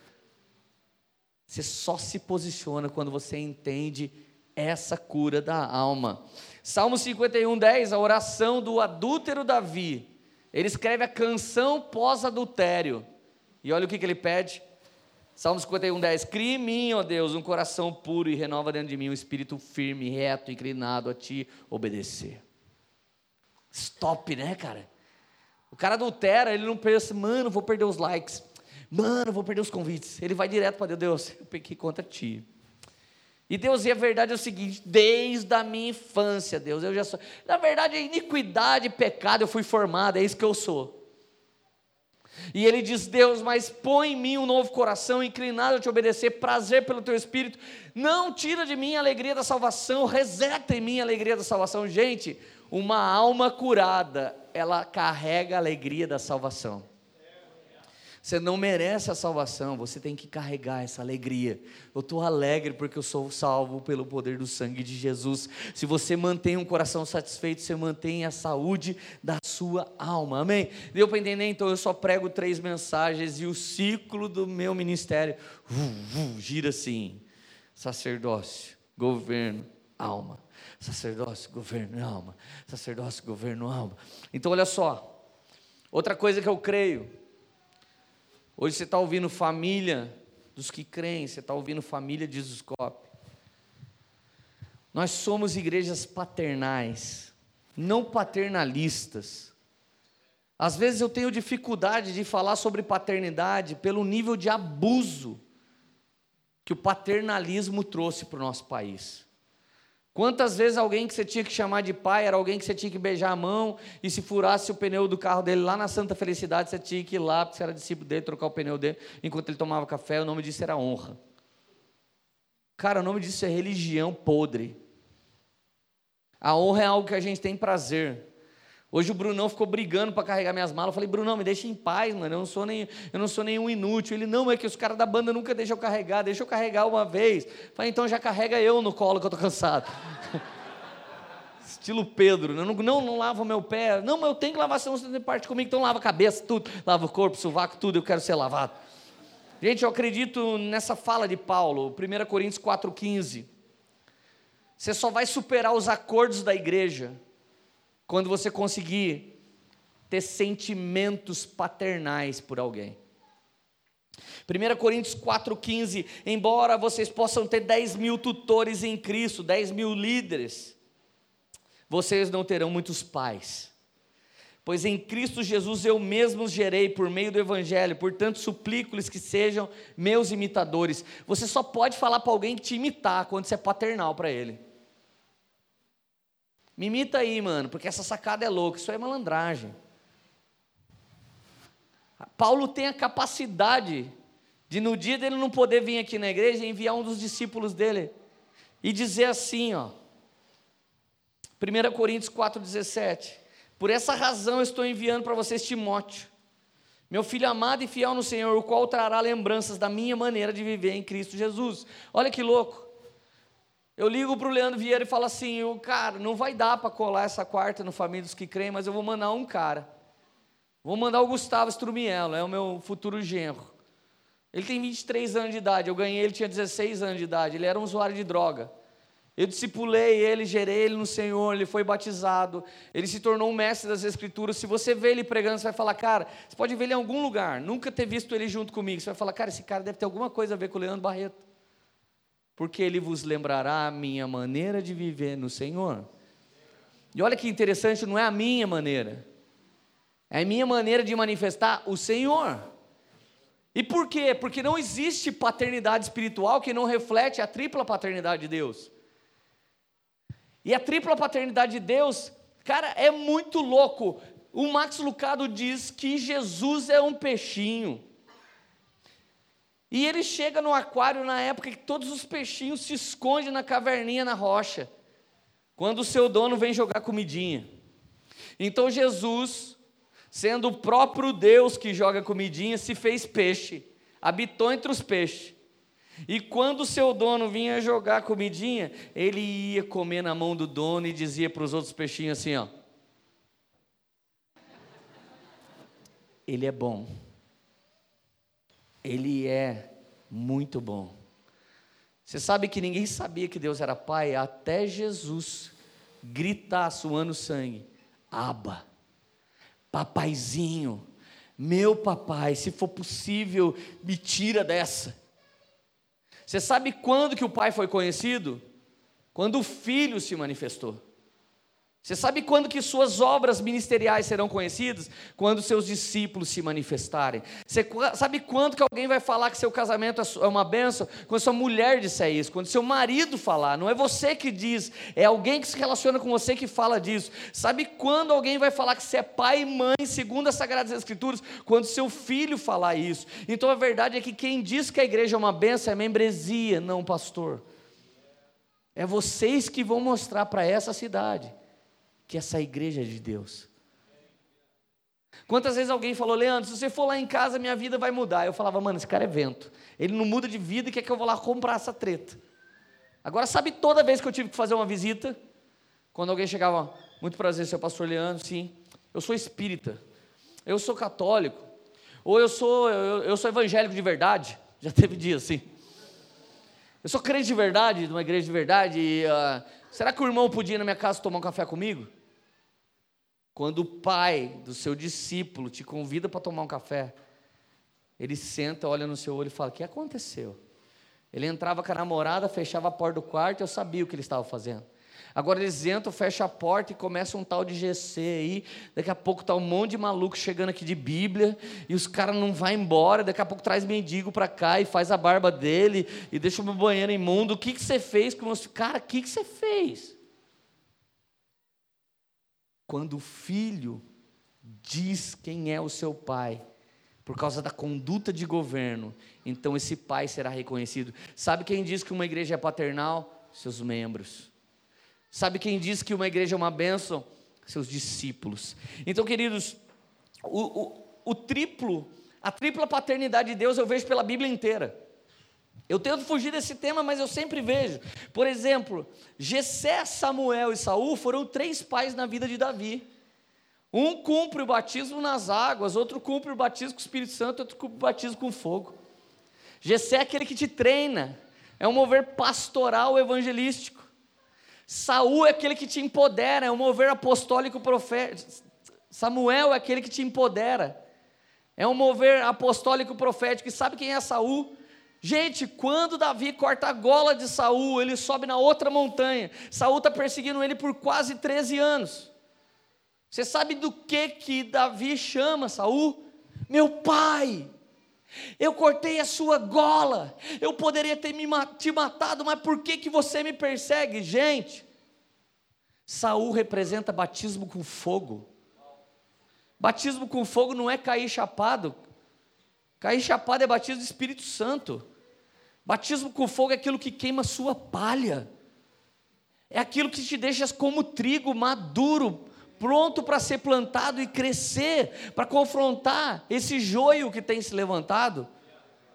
Você só se posiciona quando você entende essa cura da alma. Salmo cinquenta e um, dez, a oração do adúltero Davi. Ele escreve a canção pós-adultério. E olha o que, que ele pede. Salmo cinquenta e um, dez. Cria em mim, ó Deus, um coração puro e renova dentro de mim um espírito firme, reto, inclinado a Ti obedecer. Stop, né, cara? O cara adultera, ele não pensa, mano, vou perder os likes. Mano, vou perder os convites. Ele vai direto para Deus, Deus, eu pequei contra Ti. E Deus, e a verdade é o seguinte, desde a minha infância, Deus, eu já sou, na verdade, a iniquidade e pecado eu fui formado, é isso que eu sou. E ele diz, Deus, mas põe em mim um novo coração, inclinado a te obedecer, prazer pelo teu Espírito, não tira de mim a alegria da salvação, reseta em mim a alegria da salvação. Gente, uma alma curada, ela carrega a alegria da salvação. Você não merece a salvação, você tem que carregar essa alegria. Eu estou alegre porque eu sou salvo pelo poder do sangue de Jesus. Se você mantém um coração satisfeito, você mantém a saúde da sua alma, amém? Deu para entender? Então eu só prego três mensagens e o ciclo do meu ministério uh, uh, gira assim: sacerdócio, governo, alma. Sacerdócio, governo, alma. Sacerdócio, governo, alma. Então olha só, outra coisa que eu creio. Hoje você está ouvindo família dos que creem, você está ouvindo família de Zuscope. Nós somos igrejas paternais, não paternalistas. Às vezes eu tenho dificuldade de falar sobre paternidade pelo nível de abuso que o paternalismo trouxe para o nosso país. Quantas vezes alguém que você tinha que chamar de pai era alguém que você tinha que beijar a mão, e se furasse o pneu do carro dele lá na Santa Felicidade, você tinha que ir lá, porque você era discípulo dele, trocar o pneu dele, enquanto ele tomava café. O nome disso era honra. Cara, o nome disso é religião podre. A honra é algo que a gente tem prazer. Hoje o Brunão ficou brigando para carregar minhas malas. Eu falei, Brunão, me deixa em paz, mano, eu não sou, nem, eu não sou nenhum inútil. Ele, não, é que os caras da banda nunca deixam eu carregar, deixa eu carregar uma vez. Eu falei, então já carrega eu no colo que eu estou cansado. Estilo Pedro, não, não, não lava o meu pé. Não, mas eu tenho que lavar, senão você tem parte comigo, então lava a cabeça, tudo, lava o corpo, sovaco, tudo, eu quero ser lavado. Gente, eu acredito nessa fala de Paulo, primeira Coríntios quatro, quinze. Você só vai superar os acordos da igreja quando você conseguir ter sentimentos paternais por alguém. primeira Coríntios quatro, quinze, embora vocês possam ter dez mil tutores em Cristo, dez mil líderes, vocês não terão muitos pais, pois em Cristo Jesus eu mesmo os gerei por meio do Evangelho, portanto suplico-lhes que sejam meus imitadores. Você só pode falar para alguém te imitar quando você é paternal para ele. Me imita aí, mano, porque essa sacada é louca, isso aí é malandragem. Paulo tem a capacidade de, no dia dele não poder vir aqui na igreja, enviar um dos discípulos dele e dizer assim, ó, primeira Coríntios quatro, dezessete, por essa razão eu estou enviando para vocês Timóteo, meu filho amado e fiel no Senhor, o qual trará lembranças da minha maneira de viver em Cristo Jesus. Olha que louco. Eu ligo para o Leandro Vieira e falo assim, eu, cara, não vai dar para colar essa quarta no Família dos que Creem, mas eu vou mandar um cara. Vou mandar o Gustavo Strumiello, é o meu futuro genro. Ele tem vinte e três anos de idade, eu ganhei, ele tinha dezesseis anos de idade, ele era um usuário de droga. Eu discipulei ele, gerei ele no Senhor, ele foi batizado, ele se tornou um mestre das Escrituras. Se você vê ele pregando, você vai falar, cara, você pode ver ele em algum lugar, nunca ter visto ele junto comigo, você vai falar, cara, esse cara deve ter alguma coisa a ver com o Leandro Barreto, porque ele vos lembrará a minha maneira de viver no Senhor. E olha que interessante, não é a minha maneira, é a minha maneira de manifestar o Senhor. E por quê? Porque não existe paternidade espiritual que não reflete a tripla paternidade de Deus. E a tripla paternidade de Deus, cara, é muito louco. O Max Lucado diz que Jesus é um peixinho. E ele chega no aquário na época que todos os peixinhos se escondem na caverninha, na rocha, quando o seu dono vem jogar comidinha. Então Jesus, sendo o próprio Deus que joga comidinha, se fez peixe, habitou entre os peixes. E quando o seu dono vinha jogar comidinha, ele ia comer na mão do dono e dizia para os outros peixinhos assim, ó, ele é bom, ele é muito bom. Você sabe que ninguém sabia que Deus era pai, até Jesus gritar suando sangue, Abba, papaizinho, meu papai, se for possível, me tira dessa. Você sabe quando que o pai foi conhecido? Quando o filho se manifestou. Você sabe quando que suas obras ministeriais serão conhecidas? Quando seus discípulos se manifestarem. Você sabe quando que alguém vai falar que seu casamento é uma bênção? Quando sua mulher disser isso, quando seu marido falar, não é você que diz, é alguém que se relaciona com você que fala disso. Sabe quando alguém vai falar que você é pai e mãe, segundo as Sagradas Escrituras? Quando seu filho falar isso. Então a verdade é que quem diz que a igreja é uma bênção é a membresia, não o pastor. É vocês que vão mostrar para essa cidade que essa igreja é de Deus. Quantas vezes alguém falou, Leandro, se você for lá em casa, minha vida vai mudar. Eu falava, mano, esse cara é vento. Ele não muda de vida e quer que eu vou lá comprar essa treta. Agora, sabe toda vez que eu tive que fazer uma visita, quando alguém chegava, muito prazer, seu pastor Leandro, sim, eu sou espírita, eu sou católico, ou eu sou, eu, eu sou evangélico de verdade, já teve dia assim. Eu sou crente de verdade, de uma igreja de verdade, e, uh, será que o irmão podia ir na minha casa tomar um café comigo? Quando o pai do seu discípulo te convida para tomar um café, ele senta, olha no seu olho e fala, o que aconteceu? Ele entrava com a namorada, fechava a porta do quarto, eu sabia o que ele estava fazendo. Agora eles entram, fecham a porta e começa um tal de G C aí, daqui a pouco está um monte de maluco chegando aqui de Bíblia, e os caras não vão embora, daqui a pouco traz mendigo para cá e faz a barba dele, e deixa o meu banheiro imundo. O que, que você fez com os... Cara, o que, que você fez? Quando o filho diz quem é o seu pai, por causa da conduta de governo, então esse pai será reconhecido. Sabe quem diz que uma igreja é paternal? Seus membros. Sabe quem diz que uma igreja é uma bênção? Seus discípulos. Então, queridos, o, o, o triplo, a tripla paternidade de Deus eu vejo pela Bíblia inteira. Eu tento fugir desse tema, mas eu sempre vejo. Por exemplo, Jessé, Samuel e Saul foram três pais na vida de Davi. Um cumpre o batismo nas águas, outro cumpre o batismo com o Espírito Santo, outro cumpre o batismo com fogo. Jessé é aquele que te treina, é um mover pastoral evangelístico. Saul é aquele que te empodera, é um mover apostólico profético. Samuel é aquele que te empodera, é um mover apostólico profético. E sabe quem é Saul? Gente, quando Davi corta a gola de Saul, ele sobe na outra montanha. Saul está perseguindo ele por quase treze anos. Você sabe do que que Davi chama Saul? Meu pai, eu cortei a sua gola, eu poderia ter me, te matado, mas por que que você me persegue? Gente, Saul representa batismo com fogo. Batismo com fogo não é cair chapado. Cair chapado é batismo do Espírito Santo. Batismo com fogo é aquilo que queima sua palha. É aquilo que te deixa como trigo maduro, pronto para ser plantado e crescer, para confrontar esse joio que tem se levantado.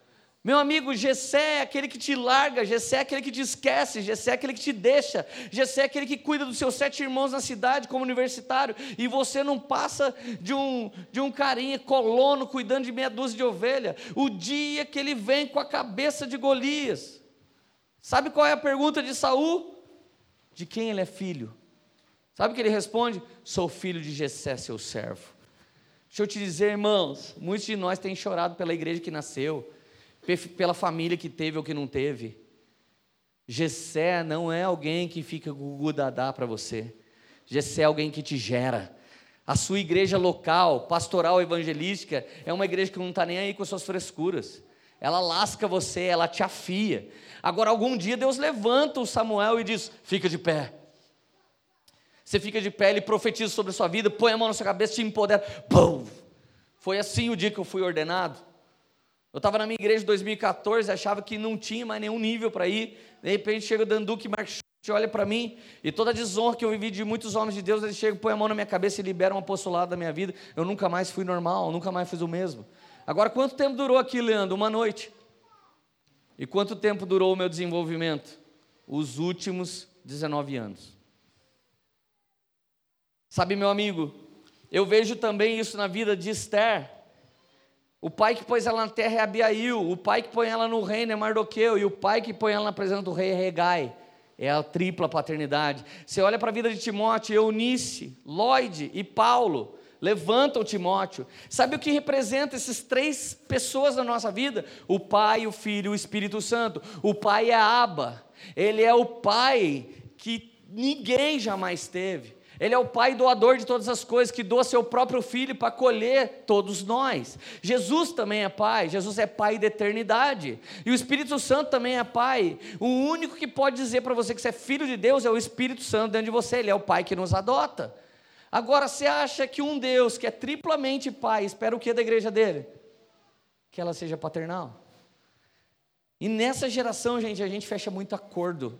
Meu amigo, Jessé é aquele que te larga, Jessé é aquele que te esquece, Jessé é aquele que te deixa, Jessé é aquele que cuida dos seus sete irmãos na cidade como universitário, e você não passa de um, de um carinha colono cuidando de meia dúzia de ovelha. O dia que ele vem com a cabeça de Golias, sabe qual é a pergunta de Saul? De quem ele é filho? Sabe o que ele responde? Sou filho de Jessé, seu servo. Deixa eu te dizer, irmãos, muitos de nós têm chorado pela igreja que nasceu, pela família que teve ou que não teve. Jessé não é alguém que fica gugudadá para você. Jessé é alguém que te gera. A sua igreja local, pastoral, evangelística, é uma igreja que não está nem aí com as suas frescuras. Ela lasca você, ela te afia. Agora, algum dia Deus levanta o Samuel e diz, fica de pé. Você fica de pé, ele profetiza sobre a sua vida, põe a mão na sua cabeça, te empodera. Pum! Foi assim o dia que eu fui ordenado. Eu estava na minha igreja em dois mil e quatorze, achava que não tinha mais nenhum nível para ir. De repente chega o Danduque Marchute, olha para mim, e toda a desonra que eu vivi de muitos homens de Deus, ele chega, põe a mão na minha cabeça e libera um apostolado da minha vida. Eu nunca mais fui normal, nunca mais fiz o mesmo. Agora, quanto tempo durou aqui, Leandro? Uma noite. E quanto tempo durou o meu desenvolvimento? Os últimos dezenove anos. Sabe, meu amigo, eu vejo também isso na vida de Esther. O pai que pôs ela na terra é Abiail, o pai que põe ela no reino é Mardoqueu, e o pai que põe ela na presença do rei é Regai. É a tripla paternidade. Você olha para a vida de Timóteo, Eunice, Lloyd e Paulo, levantam Timóteo. Sabe o que representa essas três pessoas na nossa vida? O Pai, o Filho e o Espírito Santo. O Pai é Abba, ele é o Pai que ninguém jamais teve. Ele é o Pai doador de todas as coisas, que doa seu próprio Filho para acolher todos nós. Jesus também é Pai, Jesus é Pai da eternidade. E o Espírito Santo também é Pai. O único que pode dizer para você que você é filho de Deus é o Espírito Santo dentro de você, ele é o Pai que nos adota. Agora, você acha que um Deus que é triplamente Pai, espera o que da igreja dele? Que ela seja paternal. E nessa geração, gente, a gente fecha muito acordo.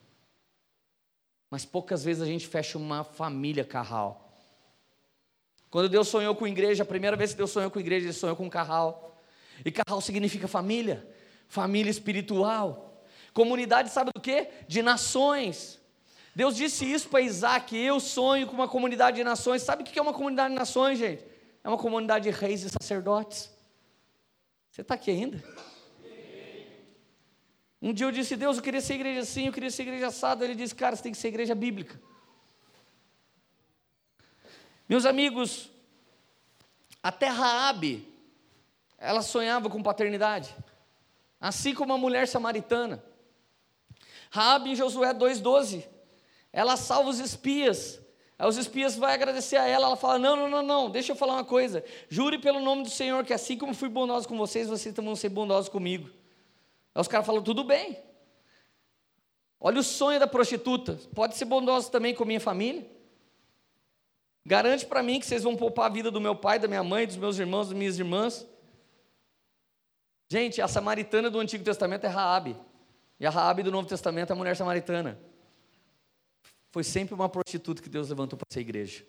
Mas poucas vezes a gente fecha uma família carral. Quando Deus sonhou com igreja, a primeira vez que Deus sonhou com igreja, Ele sonhou com carral. E carral significa família, família espiritual. Comunidade sabe do quê? De nações. Deus disse isso para Isaac, eu sonho com uma comunidade de nações. Sabe o que é uma comunidade de nações, gente? É uma comunidade de reis e sacerdotes. Você está aqui ainda? Um dia eu disse, Deus, eu queria ser igreja assim, eu queria ser igreja assada. Ele disse, cara, você tem que ser igreja bíblica. Meus amigos, até Raabe, ela sonhava com paternidade, assim como a mulher samaritana. Raabe em Josué dois, doze, ela salva os espias. Aí os espias vão agradecer a ela, ela fala, não, não, não, não, deixa eu falar uma coisa, jure pelo nome do Senhor, que assim como fui bondoso com vocês, vocês também vão ser bondosos comigo. Aí os caras falam, tudo bem. Olha o sonho da prostituta, pode ser bondoso também com a minha família? Garante para mim que vocês vão poupar a vida do meu pai, da minha mãe, dos meus irmãos, das minhas irmãs. Gente, a samaritana do Antigo Testamento é Raabe, e a Raabe do Novo Testamento é a mulher samaritana. Foi sempre uma prostituta que Deus levantou para ser igreja.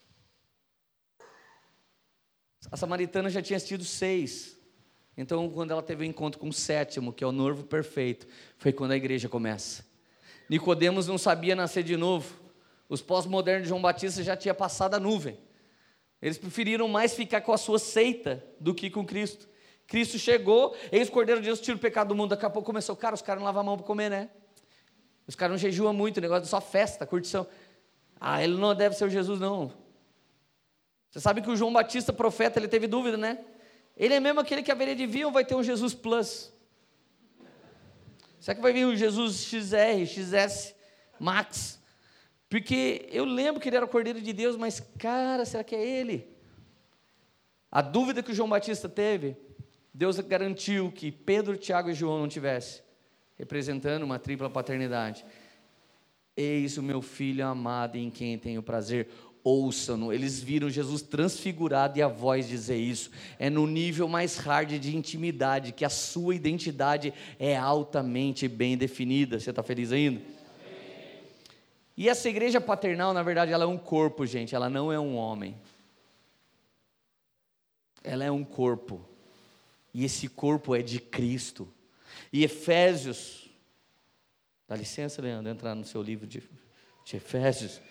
A samaritana já tinha tido seis. Então, quando ela teve o um encontro com o sétimo, que é o noivo perfeito, foi quando a igreja começa. Nicodemos não sabia nascer de novo. Os pós-modernos de João Batista já tinha passado a nuvem. Eles preferiram mais ficar com a sua seita do que com Cristo. Cristo chegou, eis o Cordeiro de Deus, tira o pecado do mundo. Daqui a pouco começou, cara, os caras não lavam a mão para comer, né? Os caras não jejuam muito, o negócio é só festa, curtição. Ah, ele não deve ser o Jesus, não. Você sabe que o João Batista, profeta, ele teve dúvida, né? Ele é mesmo aquele que haveria de vir ou vai ter um Jesus Plus? Será que vai vir um Jesus X R, X S, Max? Porque eu lembro que ele era o Cordeiro de Deus, mas, cara, será que é ele? A dúvida que o João Batista teve, Deus garantiu que Pedro, Tiago e João não tivessem, representando uma tripla paternidade. Eis o meu filho amado em quem tenho prazer. Ouçam-no, eles viram Jesus transfigurado e a voz dizer isso. É no nível mais hard de intimidade que a sua identidade é altamente bem definida. Você está feliz ainda? Amém. E essa igreja paternal, na verdade, ela é um corpo, gente, ela não é um homem. Ela é um corpo. E esse corpo é de Cristo. E Efésios, dá licença, Leandro, entrar no seu livro de, de Efésios.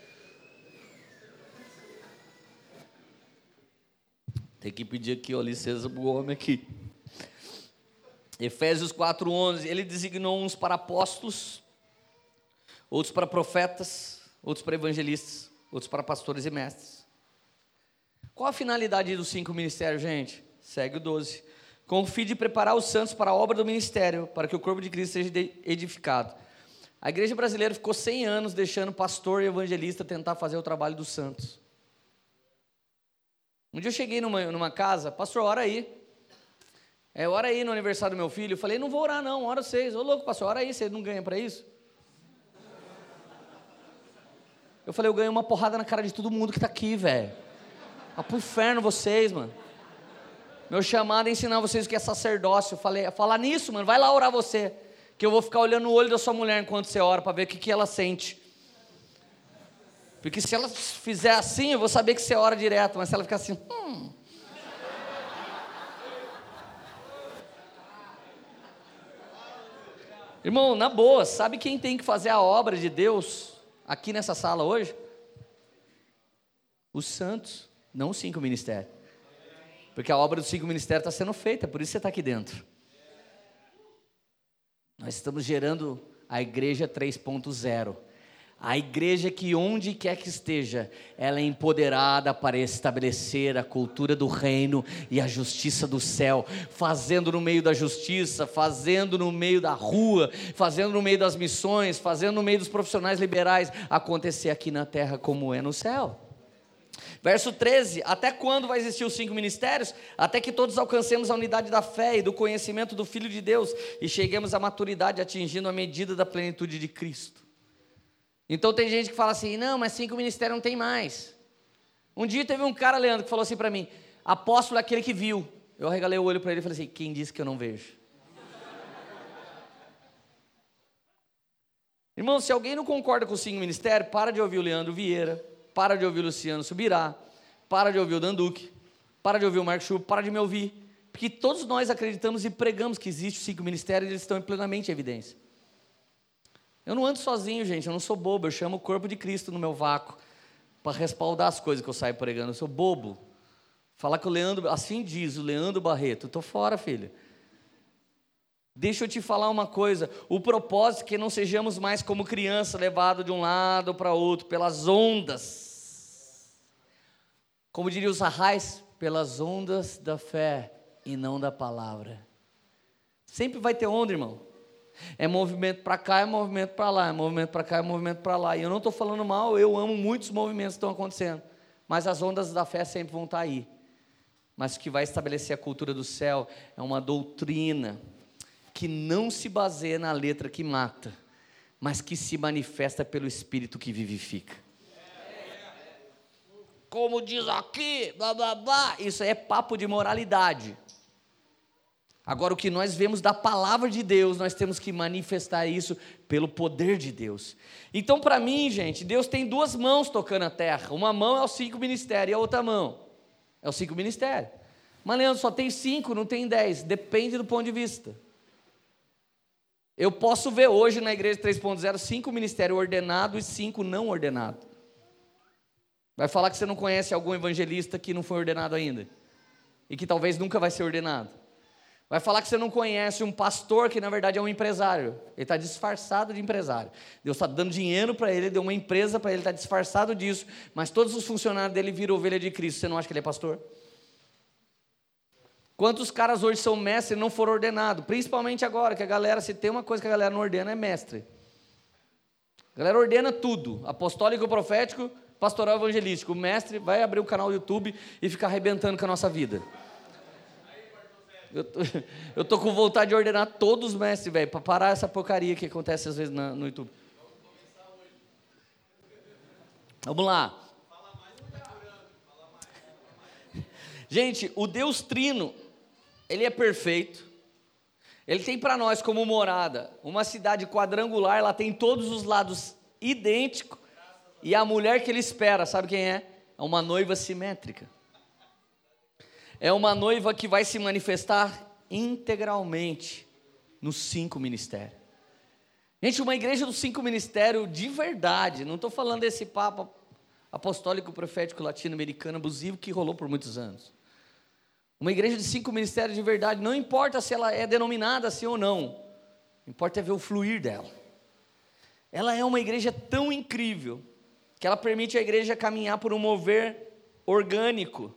Tem que pedir aqui, ó, licença para o homem aqui. Efésios quatro, onze, ele designou uns para apóstolos, outros para profetas, outros para evangelistas, outros para pastores e mestres. Qual a finalidade dos cinco ministérios, gente? Segue o doze. Com o fim de preparar os santos para a obra do ministério, para que o corpo de Cristo seja edificado. A igreja brasileira ficou cem anos deixando pastor e evangelista tentar fazer o trabalho dos santos. Um dia eu cheguei numa, numa casa, pastor, ora aí. É, ora aí no aniversário do meu filho. Eu falei, não vou orar não, ora vocês. Ô louco, pastor, ora aí, você não ganha para isso? Eu falei, eu ganhei uma porrada na cara de todo mundo que está aqui, velho. Ah, pro inferno vocês, mano. Meu chamado é ensinar vocês o que é sacerdócio. Eu falei, falar nisso, mano, vai lá orar você. Que eu vou ficar olhando no olho da sua mulher enquanto você ora, para ver o que, que ela sente. Porque se ela fizer assim, eu vou saber que você ora direto. Mas se ela ficar assim, hum... Irmão, na boa, sabe quem tem que fazer a obra de Deus aqui nessa sala hoje? Os santos, não os cinco ministérios. Porque a obra dos cinco ministérios está sendo feita, por isso você está aqui dentro. Nós estamos gerando a igreja três ponto zero. A igreja que onde quer que esteja, ela é empoderada para estabelecer a cultura do reino e a justiça do céu, fazendo no meio da justiça, fazendo no meio da rua, fazendo no meio das missões, fazendo no meio dos profissionais liberais, acontecer aqui na terra como é no céu. Verso treze, até quando vai existir os cinco ministérios? Até que todos alcancemos a unidade da fé e do conhecimento do Filho de Deus e cheguemos à maturidade atingindo a medida da plenitude de Cristo. Então tem gente que fala assim, não, mas cinco ministérios não tem mais. Um dia teve um cara, Leandro, que falou assim para mim, apóstolo é aquele que viu. Eu arregalei o olho para ele e falei assim, quem disse que eu não vejo? Irmão, se alguém não concorda com os cinco ministérios, para de ouvir o Leandro Vieira, para de ouvir o Luciano Subirá, para de ouvir o Danduque, para de ouvir o Marco Chu, para de me ouvir. Porque todos nós acreditamos e pregamos que existem os cinco ministérios e eles estão em plenamente evidência. Eu não ando sozinho, gente, eu não sou bobo, eu chamo o corpo de Cristo no meu vácuo para respaldar as coisas que eu saio pregando. Eu sou bobo. Falar que o Leandro, assim diz o Leandro Barreto, estou fora, filho. Deixa eu te falar uma coisa, o propósito é que não sejamos mais como criança, levado de um lado para outro, pelas ondas. Como diria os arrais, pelas ondas da fé e não da palavra. Sempre vai ter onda, irmão. É movimento para cá, é movimento para lá, é movimento para cá, é movimento para lá. E eu não estou falando mal, eu amo muitos movimentos que estão acontecendo. Mas as ondas da fé sempre vão estar aí. Mas o que vai estabelecer a cultura do céu é uma doutrina que não se baseia na letra que mata, mas que se manifesta pelo Espírito que vivifica. Como diz aqui, blá blá blá, isso é papo de moralidade. Agora, o que nós vemos da palavra de Deus, nós temos que manifestar isso pelo poder de Deus. Então, para mim, gente, Deus tem duas mãos tocando a terra. Uma mão é os cinco ministérios e a outra mão é os cinco ministérios. Mas, Leandro, só tem cinco, não tem dez. Depende do ponto de vista. Eu posso ver hoje na igreja três ponto zero, cinco ministérios ordenados e cinco não ordenados. Vai falar que você não conhece algum evangelista que não foi ordenado ainda. E que talvez nunca vai ser ordenado. Vai falar que você não conhece um pastor que na verdade é um empresário. Ele está disfarçado de empresário. Deus está dando dinheiro para ele, deu uma empresa para ele, está disfarçado disso. Mas todos os funcionários dele viram ovelha de Cristo. Você não acha que ele é pastor? Quantos caras hoje são mestres e não foram ordenados? Principalmente agora, que a galera, se tem uma coisa que a galera não ordena, é mestre. A galera ordena tudo. Apostólico, profético, pastoral, evangelístico. O mestre vai abrir o canal do YouTube e ficar arrebentando com a nossa vida. Eu tô, eu tô com vontade de ordenar todos os mestres, velho, para parar essa porcaria que acontece às vezes na, no YouTube. Vamos lá. Gente, o Deus Trino, Ele é perfeito. Ele tem para nós como morada uma cidade quadrangular, ela tem todos os lados idênticos. E a mulher que Ele espera, sabe quem é? É uma noiva simétrica. É uma noiva que vai se manifestar integralmente nos cinco ministérios. Gente, uma igreja dos cinco ministérios de verdade, não estou falando desse papo apostólico profético latino-americano abusivo que rolou por muitos anos. Uma igreja de cinco ministérios de verdade, não importa se ela é denominada assim ou não, importa é ver o fluir dela. Ela é uma igreja tão incrível, que ela permite a igreja caminhar por um mover orgânico,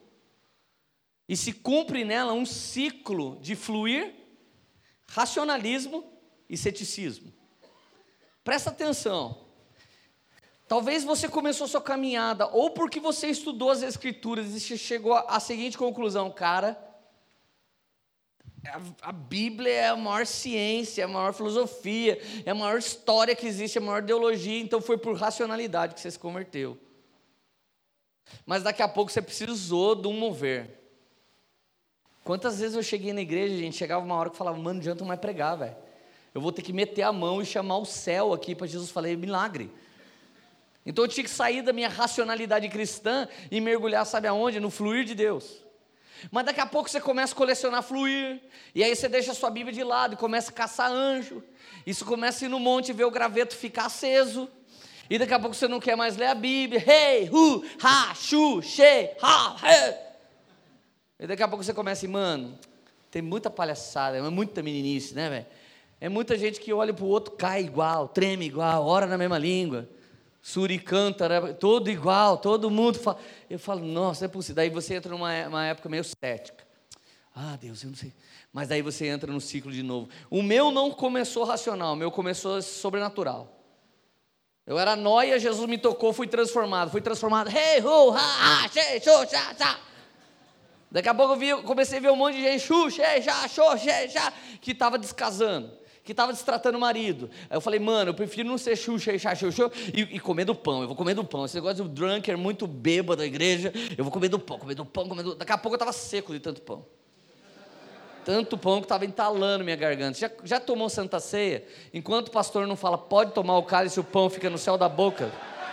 e se cumpre nela um ciclo de fluir, racionalismo e ceticismo. Presta atenção, talvez você começou sua caminhada, ou porque você estudou as escrituras e chegou à seguinte conclusão: cara, a, a Bíblia é a maior ciência, é a maior filosofia, é a maior história que existe, é a maior ideologia, então foi por racionalidade que você se converteu. Mas daqui a pouco você precisou de um mover. Quantas vezes eu cheguei na igreja, gente, chegava uma hora que eu falava, mano, não adianta mais pregar, velho. Eu vou ter que meter a mão e chamar o céu aqui para Jesus falar, milagre. Então eu tinha que sair da minha racionalidade cristã e mergulhar, sabe aonde? No fluir de Deus. Mas daqui a pouco você começa a colecionar fluir, e aí você deixa a sua Bíblia de lado e começa a caçar anjo. Isso começa a ir no monte e ver o graveto ficar aceso. E daqui a pouco você não quer mais ler a Bíblia. Hey, hu, ha, shu, she, ha, he. E daqui a pouco você começa assim, mano, tem muita palhaçada, é muita meninice, né, velho? É muita gente que olha para o outro, cai igual, treme igual, ora na mesma língua, suricanta, todo igual, todo mundo fala. Eu falo, nossa, é possível. Daí você entra numa uma época meio cética. Ah, Deus, eu não sei. Mas daí você entra no ciclo de novo. O meu não começou racional, o meu começou sobrenatural. Eu era nóia, Jesus me tocou, fui transformado. Fui transformado, hey, hu, ha, ha, she, shu, sha, sha. Daqui a pouco eu vi, comecei a ver um monte de gente, shu, she, sha, shu, she, sha, que estava descasando, que estava destratando o marido. Aí eu falei, mano, eu prefiro não ser shu, she, sha, shu, shu, e, e comer do pão, eu vou comer do pão. Esse negócio do drunker muito bêbado da igreja, eu vou comer do pão, comer do pão, comer do... Daqui a pouco eu estava seco de tanto pão. Tanto pão que estava entalando minha garganta. Já, já tomou Santa Ceia? Enquanto o pastor não fala, pode tomar o cálice, o pão fica no céu da boca.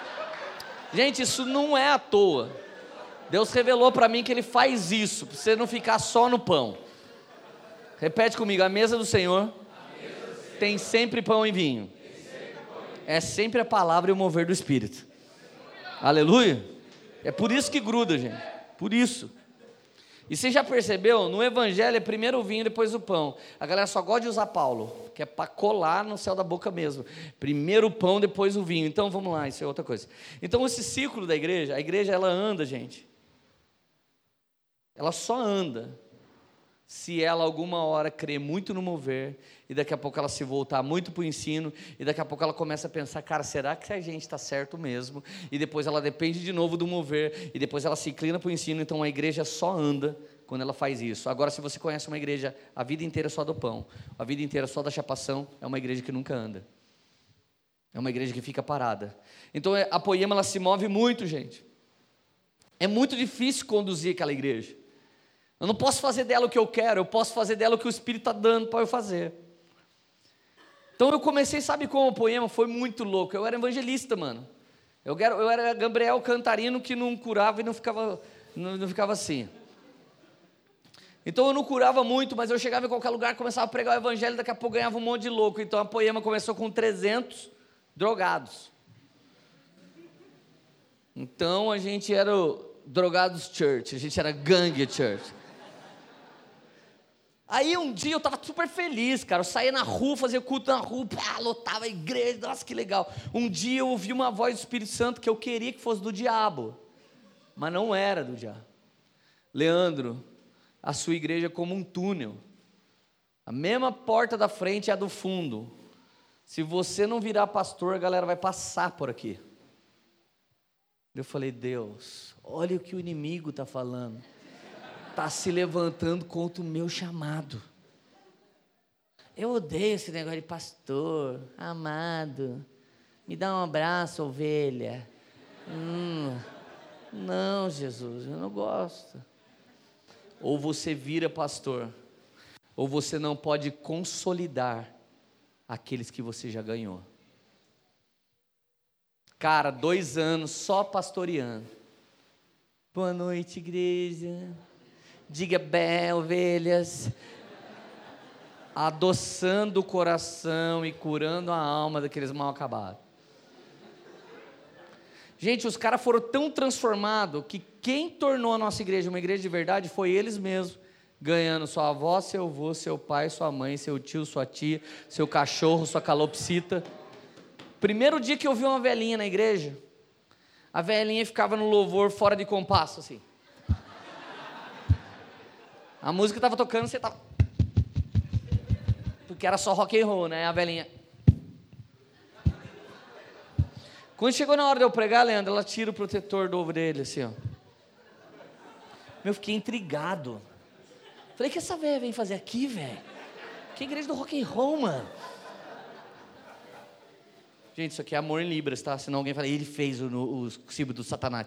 Gente, isso não é à toa. Deus revelou para mim que Ele faz isso, para você não ficar só no pão. Repete comigo, a mesa do Senhor, mesa do Senhor tem sempre pão e vinho. Sempre pão. É sempre a palavra e o mover do Espírito. Aleluia. É por isso que gruda, gente. Por isso. E você já percebeu, no evangelho é primeiro o vinho, depois o pão. A galera só gosta de usar Paulo, que é para colar no céu da boca mesmo. Primeiro o pão, depois o vinho. Então vamos lá, isso é outra coisa. Então esse ciclo da igreja, a igreja ela anda, gente. Ela só anda se ela alguma hora crer muito no mover, e daqui a pouco ela se voltar muito para o ensino, e daqui a pouco ela começa a pensar, cara, será que a gente está certo mesmo? E depois ela depende de novo do mover, e depois ela se inclina para o ensino. Então a igreja só anda quando ela faz isso. Agora, se você conhece uma igreja a vida inteira só do pão, a vida inteira só da chapação, é uma igreja que nunca anda. É uma igreja que fica parada. Então a Poema, ela se move muito, gente. É muito difícil conduzir aquela igreja. Eu não posso fazer dela o que eu quero, eu posso fazer dela o que o Espírito está dando para eu fazer. Então eu comecei, sabe como o Poema foi muito louco? Eu era evangelista, mano. Eu era, eu era Gabriel Cantarino que não curava e não ficava, não, não ficava assim. Então eu não curava muito, mas eu chegava em qualquer lugar, começava a pregar o evangelho, daqui a pouco ganhava um monte de louco. Então a Poema começou com trezentos drogados. Então a gente era o Drogados Church, a gente era Gangue Church. Aí um dia eu estava super feliz, cara, eu saía na rua, fazia culto na rua, pá, lotava a igreja, nossa, que legal. Um dia eu ouvi uma voz do Espírito Santo que eu queria que fosse do diabo, mas não era do diabo. Leandro, a sua igreja é como um túnel, a mesma porta da frente é a do fundo. Se você não virar pastor, a galera vai passar por aqui. Eu falei, Deus, olha o que o inimigo está falando. Está se levantando contra o meu chamado. Eu odeio esse negócio de pastor, amado, me dá um abraço, ovelha. Hum, não, Jesus, eu não gosto. Ou você vira pastor, ou você não pode consolidar aqueles que você já ganhou. Cara, dois anos só pastoreando. Boa noite, igreja. Diga bem, ovelhas. adoçando o coração e curando a alma daqueles mal acabados. Gente, os caras foram tão transformados que quem tornou a nossa igreja uma igreja de verdade foi eles mesmos, ganhando sua avó, seu avô, seu pai, sua mãe, seu tio, sua tia, seu cachorro, sua calopsita. Primeiro dia que eu vi uma velhinha na igreja, a velhinha ficava no louvor fora de compasso, assim. A música estava tocando, você estava... Porque era só rock and roll, né? A velhinha... Quando chegou na hora de eu pregar, Leandro, ela tira o protetor do ovo dele, assim, ó. Eu fiquei intrigado. Falei, o que essa velha vem fazer aqui, velho? Que igreja do rock and roll, mano? Gente, isso aqui é amor em libras, tá? Senão alguém fala, ele fez o, o, o símbolo do Satanás.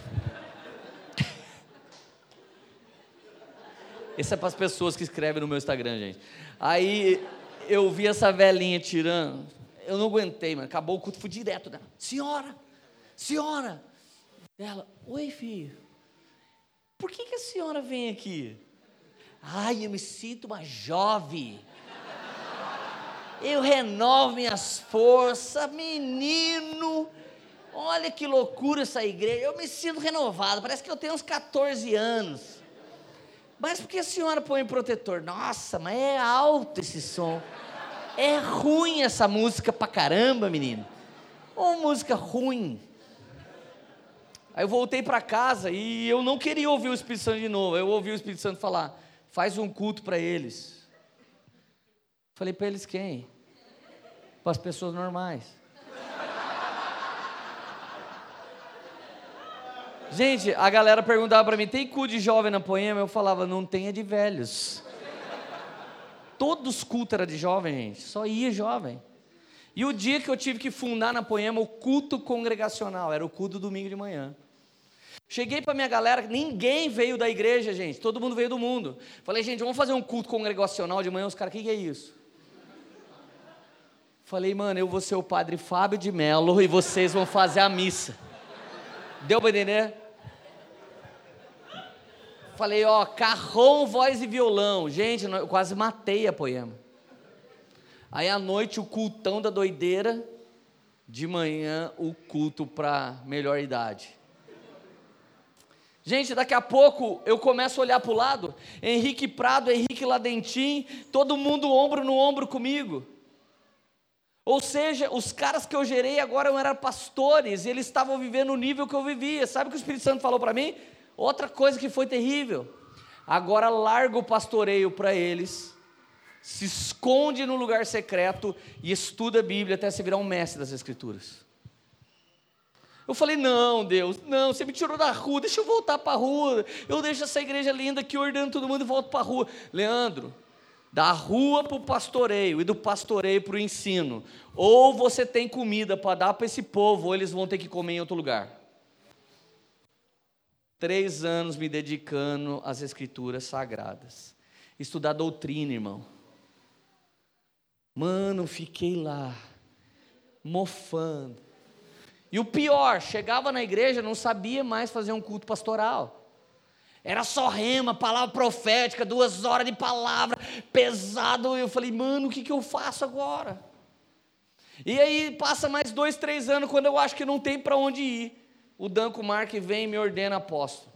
Isso é para as pessoas que escrevem no meu Instagram, gente. Aí eu vi essa velhinha tirando... Eu não aguentei, mano. Acabou o culto, fui direto dela. Senhora, senhora. Ela, oi, filho. Por que que a senhora vem aqui? Ai, eu me sinto uma jovem. Eu renovo minhas forças. Menino, olha que loucura essa igreja. Eu me sinto renovado. Parece que eu tenho uns quatorze anos. Mas por que a senhora põe protetor? Nossa, mas é alto esse som. É ruim essa música pra caramba, menino. Ô, música ruim. Aí eu voltei pra casa e eu não queria ouvir o Espírito Santo de novo. Eu ouvi o Espírito Santo falar, faz um culto pra eles. Falei, pra eles quem? Para as pessoas normais. Gente, a galera perguntava pra mim, tem culto de jovem na Poema? Eu falava, não tem, é de velhos. Todos os cultos eram de jovem, gente. Só ia jovem. E o dia que eu tive que fundar na Poema, o culto congregacional, era o culto do domingo de manhã. Cheguei para minha galera, ninguém veio da igreja, gente. Todo mundo veio do mundo. Falei, gente, vamos fazer um culto congregacional de manhã? Os caras, o que, que é isso? Falei, mano, eu vou ser o padre Fábio de Mello e vocês vão fazer a missa. Deu para entender? Falei, ó, carrom, voz e violão. Gente, eu quase matei a Poema. Aí à noite o cultão da doideira, de manhã o culto para melhor idade. Gente, daqui a pouco eu começo a olhar para o lado, Henrique Prado, Henrique Ladentim, todo mundo ombro no ombro comigo. Ou seja, os caras que eu gerei agora eram pastores, e eles estavam vivendo o nível que eu vivia. Sabe o que o Espírito Santo falou para mim? Outra coisa que foi terrível, agora larga o pastoreio para eles, se esconde no lugar secreto e estuda a Bíblia até se virar um mestre das Escrituras. Eu falei, não Deus, não, você me tirou da rua, deixa eu voltar para a rua, eu deixo essa igreja linda aqui ordenando todo mundo e volto para a rua. Leandro, da rua para o pastoreio e do pastoreio para o ensino, ou você tem comida para dar para esse povo, ou eles vão ter que comer em outro lugar. Três anos me dedicando às Escrituras Sagradas. Estudar doutrina, irmão. Mano, fiquei lá, mofando. E o pior, chegava na igreja, não sabia mais fazer um culto pastoral. Era só rema, palavra profética, duas horas de palavra, pesado. Eu falei, mano, o que, que eu faço agora? E aí passa mais dois, três anos, quando eu acho que não tem para onde ir. O Danco Mark vem e me ordena apóstolo.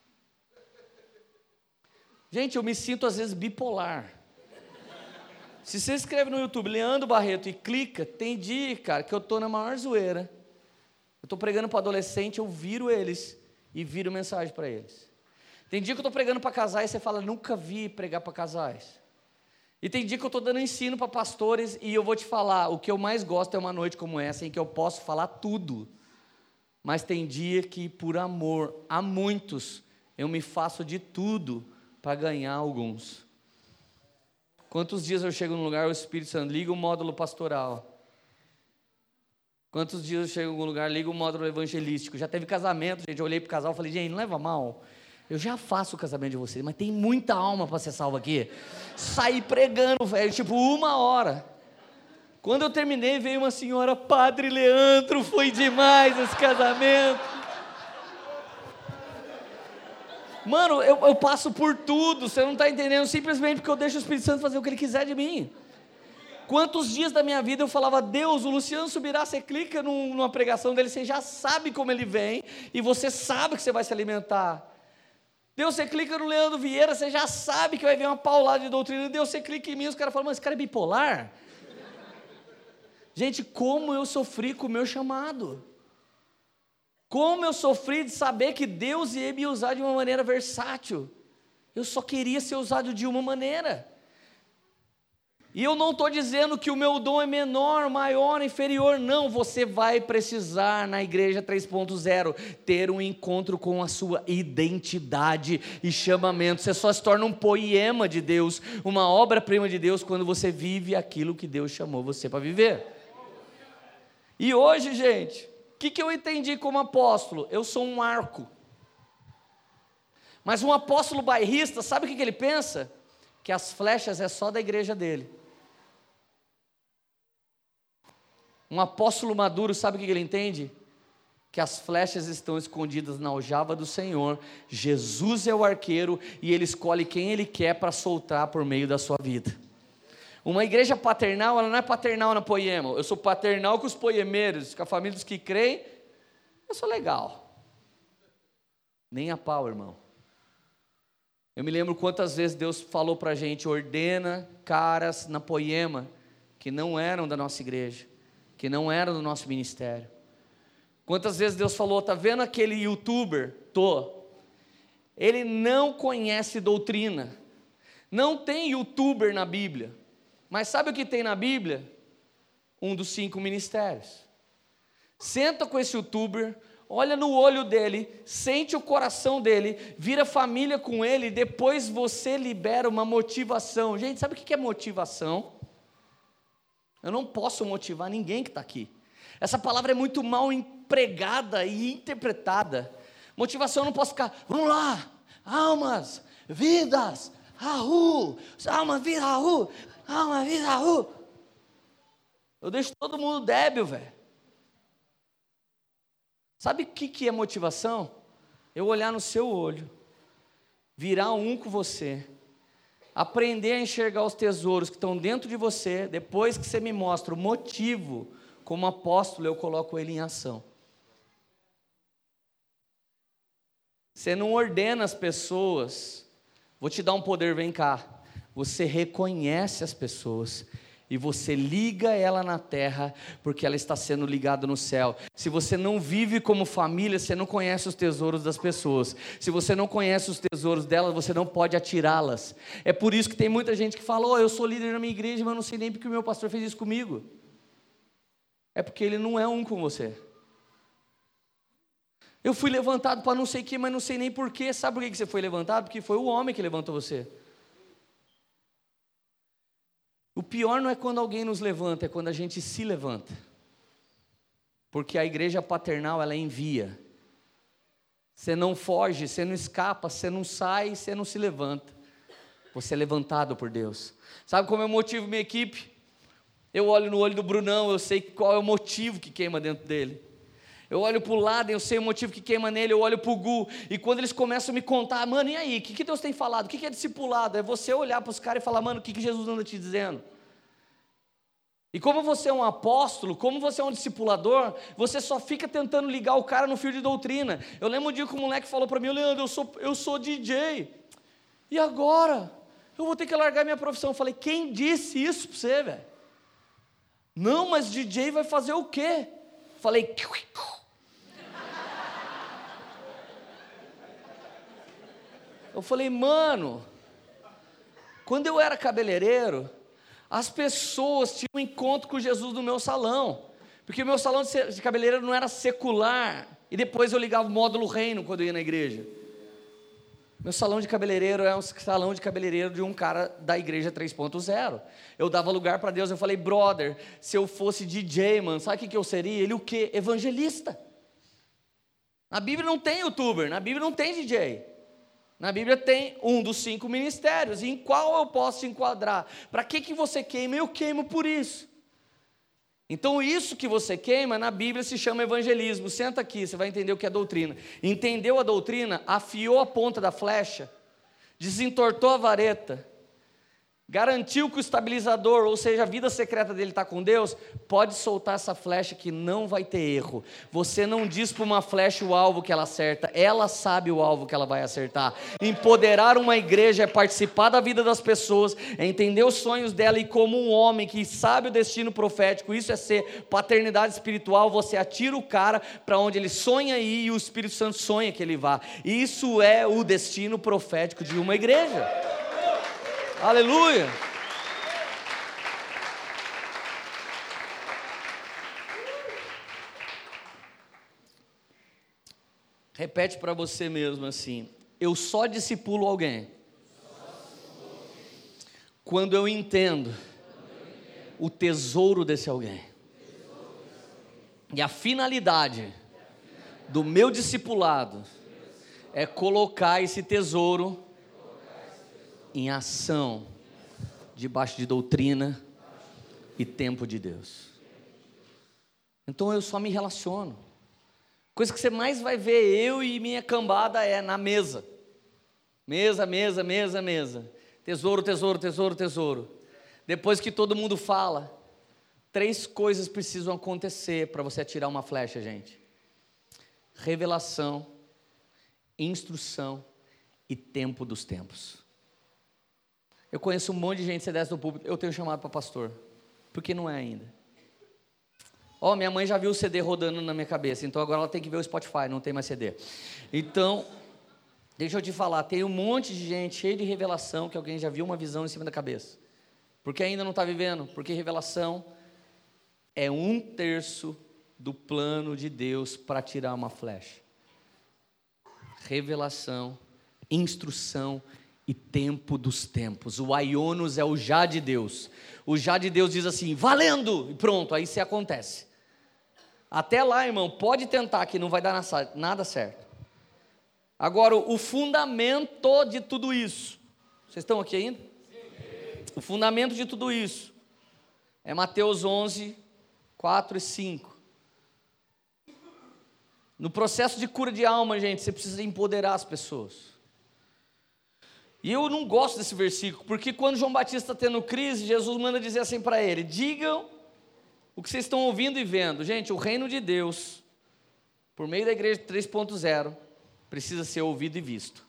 Gente, eu me sinto às vezes bipolar. Se você escreve no YouTube, Leandro Barreto, e clica, tem dia, cara, que eu estou na maior zoeira. Eu estou pregando para adolescente, eu viro eles e viro mensagem para eles. Tem dia que eu estou pregando para casais, você fala, nunca vi pregar para casais. E tem dia que eu estou dando ensino para pastores, e eu vou te falar, o que eu mais gosto é uma noite como essa, em que eu posso falar tudo. Mas tem dia que, por amor a muitos, eu me faço de tudo para ganhar alguns. Quantos dias eu chego num lugar, o Espírito Santo liga o módulo pastoral. Quantos dias eu chego em algum lugar, liga o módulo evangelístico. Já teve casamento, gente, eu olhei para o casal e falei, gente, não leva mal. Eu já faço o casamento de vocês, mas tem muita alma para ser salva aqui. Saí pregando, velho, tipo uma hora. Quando eu terminei, veio uma senhora, Padre Leandro, foi demais esse casamento. Mano, eu, eu passo por tudo, você não está entendendo, simplesmente porque eu deixo o Espírito Santo fazer o que ele quiser de mim. Quantos dias da minha vida eu falava, Deus, o Luciano subirá, você clica num, numa pregação dele, você já sabe como ele vem, e você sabe que você vai se alimentar. Deus, você clica no Leandro Vieira, você já sabe que vai vir uma paulada de doutrina. Deus, você clica em mim, os caras falam, mas esse cara é bipolar? Gente, como eu sofri com o meu chamado. Como eu sofri de saber que Deus ia me usar de uma maneira versátil. Eu só queria ser usado de uma maneira. E eu não estou dizendo que o meu dom é menor, maior, inferior, não. Você vai precisar, na igreja três ponto zero, ter um encontro com a sua identidade e chamamento. Você só se torna um poema de Deus, uma obra-prima de Deus, quando você vive aquilo que Deus chamou você para viver. E hoje, gente, o que, que eu entendi como apóstolo? Eu sou um arco. Mas um apóstolo bairrista, sabe o que, que ele pensa? Que as flechas é só da igreja dele. Um apóstolo maduro, sabe o que ele entende? Que as flechas estão escondidas na aljava do Senhor, Jesus é o arqueiro e ele escolhe quem ele quer para soltar por meio da sua vida. Uma igreja paternal, ela não é paternal na poema, eu sou paternal com os poemeiros, com a família dos que creem, eu sou legal. Nem a pau, irmão. Eu me lembro quantas vezes Deus falou para a gente, ordena caras na poema, que não eram da nossa igreja, que não eram do nosso ministério. Quantas vezes Deus falou, tá vendo aquele youtuber? Tô. Ele não conhece doutrina. Não tem youtuber na Bíblia. Mas sabe o que tem na Bíblia? Um dos cinco ministérios. Senta com esse youtuber, olha no olho dele, sente o coração dele, vira família com ele, depois você libera uma motivação. Gente, sabe o que é motivação? Eu não posso motivar ninguém que está aqui. Essa palavra é muito mal empregada e interpretada. Motivação, eu não posso ficar, vamos lá, almas, vidas, Raul, alma, vida, Raul, alma, vida, Raul. Eu deixo todo mundo débil, velho. Sabe o que, que é motivação? Eu olhar no seu olho, virar um com você, aprender a enxergar os tesouros que estão dentro de você, depois que você me mostra o motivo, como apóstolo eu coloco ele em ação. Você não ordena as pessoas, vou te dar um poder, vem cá. Você reconhece as pessoas e você liga ela na terra, porque ela está sendo ligada no céu. Se você não vive como família, você não conhece os tesouros das pessoas. Se você não conhece os tesouros delas, você não pode atirá-las. É por isso que tem muita gente que fala, oh, eu sou líder na minha igreja, mas eu não sei nem porque o meu pastor fez isso comigo. É porque ele não é um com você. Eu fui levantado para não sei o que, mas não sei nem porquê. Sabe por que você foi levantado? Porque foi o homem que levantou você. O pior não é quando alguém nos levanta, é quando a gente se levanta. Porque a igreja paternal, ela envia. Você não foge, você não escapa, você não sai, você não se levanta. Você é levantado por Deus. Sabe como eu motivo minha equipe? Eu olho no olho do Brunão, eu sei qual é o motivo que queima dentro dele. Eu olho para o lado, eu sei o motivo que queima nele, eu olho para o Gu, e quando eles começam a me contar, mano, e aí, o que, que Deus tem falado? O que, que é discipulado? É você olhar para os caras e falar, mano, o que, que Jesus anda te dizendo? E como você é um apóstolo, como você é um discipulador, você só fica tentando ligar o cara no fio de doutrina. Eu lembro um dia que o moleque falou para mim, Leandro, eu sou, eu sou D J, e agora? Eu vou ter que largar minha profissão. Eu falei, quem disse isso para você, velho? Não, mas D J vai fazer o quê? Eu falei, eu falei, mano, quando eu era cabeleireiro, as pessoas tinham um encontro com Jesus no meu salão, porque o meu salão de cabeleireiro não era secular, e depois eu ligava o módulo reino quando eu ia na igreja. Meu salão de cabeleireiro é um salão de cabeleireiro de um cara da igreja três ponto zero. Eu dava lugar para Deus, eu falei, brother, se eu fosse D J, mano, sabe o que, que eu seria? Ele o quê? Evangelista. Na Bíblia não tem youtuber, na Bíblia não tem D J. Na Bíblia tem um dos cinco ministérios, e em qual eu posso te enquadrar? Para que, que você queima? Eu queimo por isso. Então isso que você queima, na Bíblia se chama evangelismo. Senta aqui, você vai entender o que é doutrina. Entendeu a doutrina? Afiou a ponta da flecha, desentortou a vareta, garantiu que o estabilizador, ou seja, a vida secreta dele está com Deus, pode soltar essa flecha que não vai ter erro. Você não diz para uma flecha o alvo que ela acerta, ela sabe o alvo que ela vai acertar. Empoderar uma igreja é participar da vida das pessoas, é entender os sonhos dela, e como um homem que sabe o destino profético, isso é ser paternidade espiritual, você atira o cara para onde ele sonha ir, e o Espírito Santo sonha que ele vá. Isso é o destino profético de uma igreja. Aleluia! Repete para você mesmo assim: eu só discipulo alguém quando eu entendo o tesouro desse alguém. E a finalidade do meu discipulado é colocar esse tesouro em ação, debaixo de doutrina e tempo de Deus. Então eu só me relaciono. Coisa que você mais vai ver eu e minha cambada é na mesa. Mesa, mesa, mesa, mesa. Tesouro, tesouro, tesouro, tesouro. Depois que todo mundo fala, três coisas precisam acontecer para você atirar uma flecha, gente: revelação, instrução e tempo dos tempos. Eu conheço um monte de gente, você desce no púlpito, eu tenho chamado para pastor, porque não é ainda. Ó, oh, minha mãe já viu o C D rodando na minha cabeça, então agora ela tem que ver o Spotify, não tem mais C D. Então, deixa eu te falar, tem um monte de gente cheia de revelação, que alguém já viu uma visão em cima da cabeça, porque ainda não está vivendo, porque revelação é um terço do plano de Deus para tirar uma flecha. Revelação, instrução e tempo dos tempos. O Aionos é o já de Deus. O já de Deus diz assim: valendo! E pronto, aí se acontece. Até lá, irmão, pode tentar que não vai dar nada certo. Agora, o fundamento de tudo isso, vocês estão aqui ainda? Sim. O fundamento de tudo isso é Mateus onze, quatro e cinco. No processo de cura de alma, gente, você precisa empoderar as pessoas. E eu não gosto desse versículo, porque quando João Batista está tendo crise, Jesus manda dizer assim para ele: digam o que vocês estão ouvindo e vendo. Gente, o reino de Deus, por meio da igreja três ponto zero, precisa ser ouvido e visto.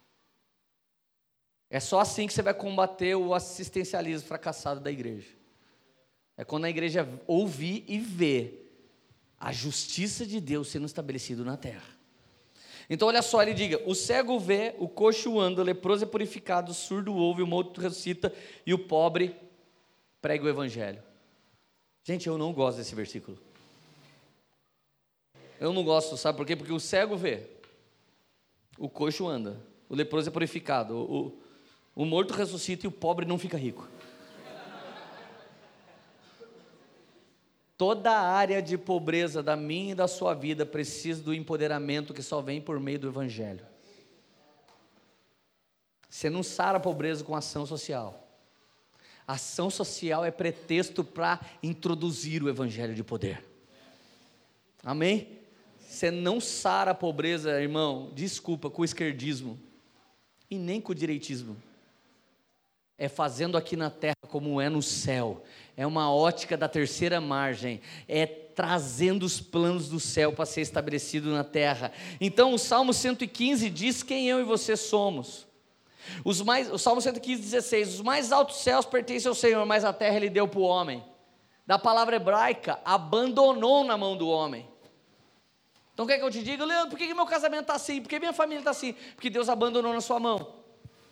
É só assim que você vai combater o assistencialismo fracassado da igreja. É quando a igreja ouvir e ver a justiça de Deus sendo estabelecida na terra. Então olha só, ele diga: o cego vê, o coxo anda, o leproso é purificado, o surdo ouve, o morto ressuscita e o pobre prega o evangelho. Gente, eu não gosto desse versículo. Eu não gosto, sabe por quê? Porque o cego vê, o coxo anda, o leproso é purificado, o, o morto ressuscita e o pobre não fica rico. Toda a área de pobreza da minha e da sua vida precisa do empoderamento que só vem por meio do evangelho. Você não sara a pobreza com ação social. Ação social é pretexto para introduzir o evangelho de poder. Amém? Você não sara a pobreza, irmão, desculpa, com o esquerdismo e nem com o direitismo. É fazendo aqui na terra como é no céu. É uma ótica da terceira margem. É trazendo os planos do céu para ser estabelecido na terra. Então o Salmo cento e quinze diz quem eu e você somos. Os mais, o Salmo cento e quinze, dezesseis. Os mais altos céus pertencem ao Senhor, mas a terra Ele deu para o homem. Da palavra hebraica, abandonou na mão do homem. Então quer que eu te diga: Leandro, por que meu casamento está assim? Por que minha família está assim? Porque Deus abandonou na sua mão.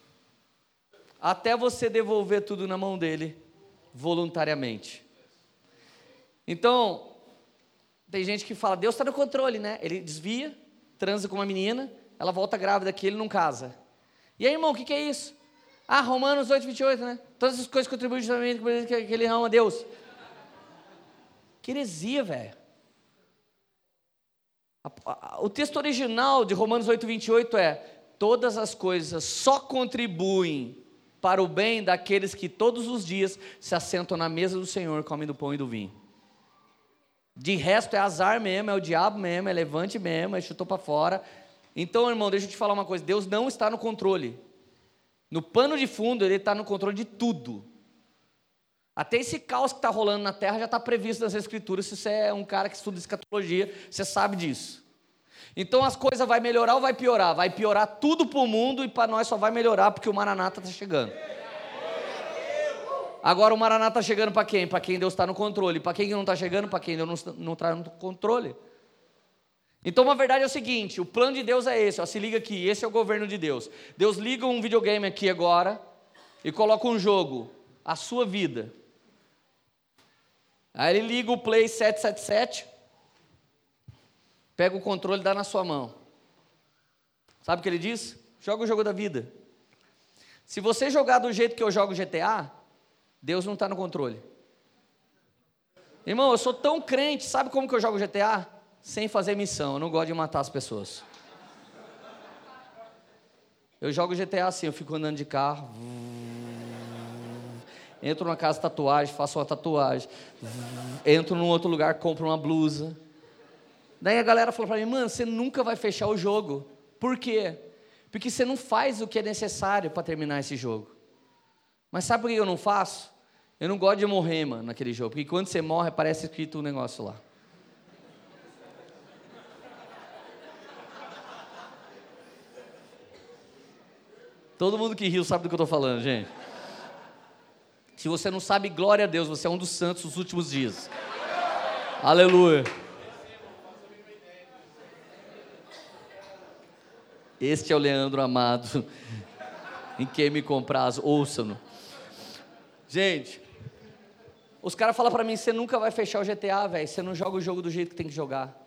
Até você devolver tudo na mão dele, voluntariamente. Então, tem gente que fala: Deus está no controle, né? Ele desvia, transa com uma menina, ela volta grávida aqui, ele não casa. E aí, irmão, o que, que é isso? Ah, Romanos oito, vinte e oito, né? Todas as coisas contribuem justamente por que ele ama a Deus. Que heresia, velho. O texto original de Romanos oito, vinte e oito é: todas as coisas só contribuem para o bem daqueles que todos os dias se assentam na mesa do Senhor, comem do pão e do vinho. De resto é azar mesmo, é o diabo mesmo, é levante mesmo, é chutou para fora. Então, irmão, deixa eu te falar uma coisa, Deus não está no controle. No pano de fundo, Ele está no controle de tudo. Até esse caos que está rolando na terra já está previsto nas Escrituras. Se você é um cara que estuda escatologia, você sabe disso. Então as coisas vão melhorar ou vai piorar? Vai piorar tudo para o mundo e para nós só vai melhorar porque o Maranata está chegando. Agora o Maranata está chegando para quem? Para quem Deus está no controle. Para quem não está chegando? Para quem Deus não está no controle. Então uma verdade é o seguinte, o plano de Deus é esse, ó, se liga aqui, esse é o governo de Deus. Deus liga um videogame aqui agora e coloca um jogo, a sua vida. Aí ele liga o Play sete sete sete, pega o controle e dá na sua mão. Sabe o que ele diz? Joga o jogo da vida. Se você jogar do jeito que eu jogo G T A, Deus não está no controle. Irmão, eu sou tão crente, sabe como que eu jogo G T A? Sem fazer missão, eu não gosto de matar as pessoas. Eu jogo G T A assim, eu fico andando de carro, entro numa casa de tatuagem, faço uma tatuagem, entro num outro lugar, compro uma blusa. Daí a galera falou para mim, mano, você nunca vai fechar o jogo. Por quê? Porque você não faz o que é necessário para terminar esse jogo. Mas sabe por que eu não faço? Eu não gosto de morrer, mano, naquele jogo. Porque quando você morre, aparece escrito um negócio lá. Todo mundo que riu sabe do que eu estou falando, gente. Se você não sabe, glória a Deus, você é um dos santos dos últimos dias. Aleluia. Este é o Leandro amado. Em quem me compraz, ouçam-no. Gente, os caras falam para mim, você nunca vai fechar o G T A, velho. Você não joga o jogo do jeito que tem que jogar.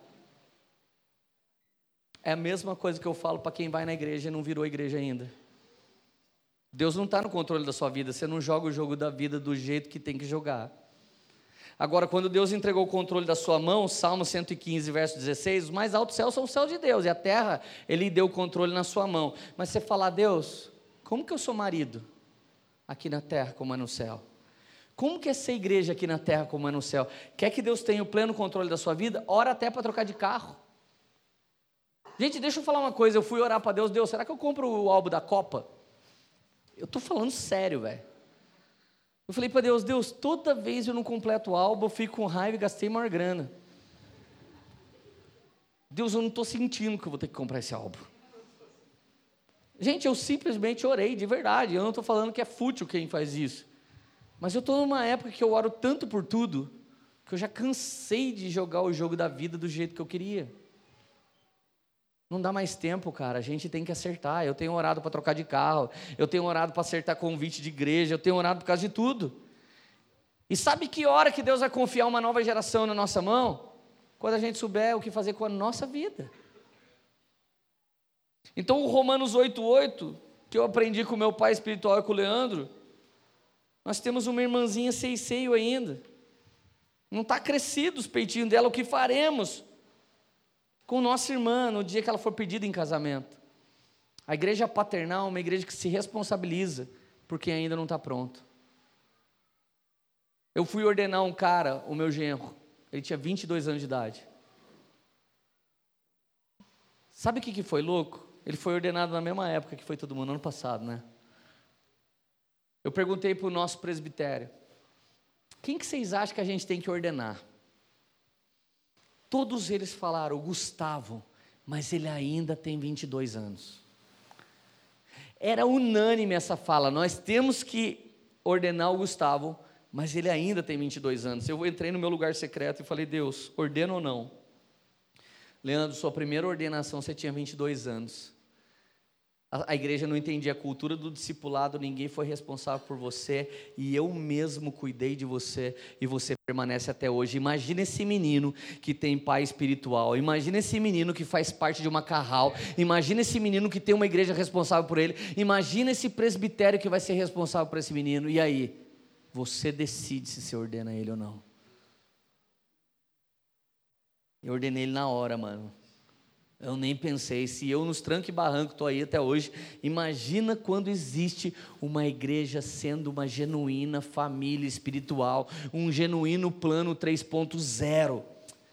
É a mesma coisa que eu falo para quem vai na igreja e não virou igreja ainda. Deus não está no controle da sua vida, você não joga o jogo da vida do jeito que tem que jogar. Agora, quando Deus entregou o controle da sua mão, Salmo cento e quinze, verso dezesseis, os mais altos céus são os céus de Deus, e a terra, Ele deu o controle na sua mão. Mas você fala, Deus, como que eu sou marido aqui na terra como é no céu? Como que é ser igreja aqui na terra como é no céu? Quer que Deus tenha o pleno controle da sua vida? Ora até para trocar de carro. Gente, deixa eu falar uma coisa, eu fui orar para Deus, Deus, será que eu compro o álbum da Copa? Eu estou falando sério, velho. Eu falei para Deus, Deus, toda vez eu não completo o álbum, eu fico com raiva e gastei maior grana. Deus, eu não estou sentindo que eu vou ter que comprar esse álbum. Gente, eu simplesmente orei, de verdade. Eu não estou falando que é fútil quem faz isso. Mas eu estou numa época que eu oro tanto por tudo, que eu já cansei de jogar o jogo da vida do jeito que eu queria. Não dá mais tempo, cara, a gente tem que acertar. Eu tenho orado para trocar de carro, eu tenho orado para acertar convite de igreja, eu tenho orado por causa de tudo. E sabe que hora que Deus vai confiar uma nova geração na nossa mão? Quando a gente souber o que fazer com a nossa vida. Então o Romanos oito, oito, que eu aprendi com meu pai espiritual e com o Leandro, nós temos uma irmãzinha sem seio ainda. Não está crescido os peitinhos dela, o que faremos com nossa irmã no dia que ela for pedida em casamento? A igreja paternal é uma igreja que se responsabiliza por quem ainda não está pronto. Eu fui ordenar um cara, o meu genro, ele tinha vinte e dois anos de idade. Sabe o que, que foi louco? Ele foi ordenado na mesma época que foi todo mundo, ano passado, né? Eu perguntei para o nosso presbitério, quem que vocês acham que a gente tem que ordenar? Todos eles falaram, o Gustavo, mas ele ainda tem vinte e dois anos. Era unânime essa fala, nós temos que ordenar o Gustavo, mas ele ainda tem vinte e dois anos. Eu entrei no meu lugar secreto e falei, Deus, ordena ou não? Leandro, sua primeira ordenação você tinha vinte e dois anos. A, a igreja não entendia a cultura do discipulado, ninguém foi responsável por você, e eu mesmo cuidei de você, e você permanece até hoje. Imagina esse menino que tem pai espiritual, imagina esse menino que faz parte de uma carral, imagina esse menino que tem uma igreja responsável por ele, imagina esse presbitério que vai ser responsável por esse menino, e aí? Você decide se você ordena ele ou não. Eu ordenei ele na hora, mano. Eu nem pensei, se eu nos tranco e barranco estou aí até hoje, imagina quando existe uma igreja sendo uma genuína família espiritual, um genuíno plano três ponto zero.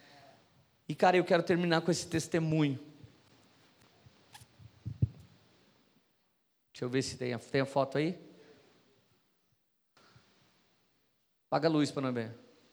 E cara, eu quero terminar com esse testemunho. Deixa eu ver se tem a, tem a foto aí. Apaga a luz para nós ver.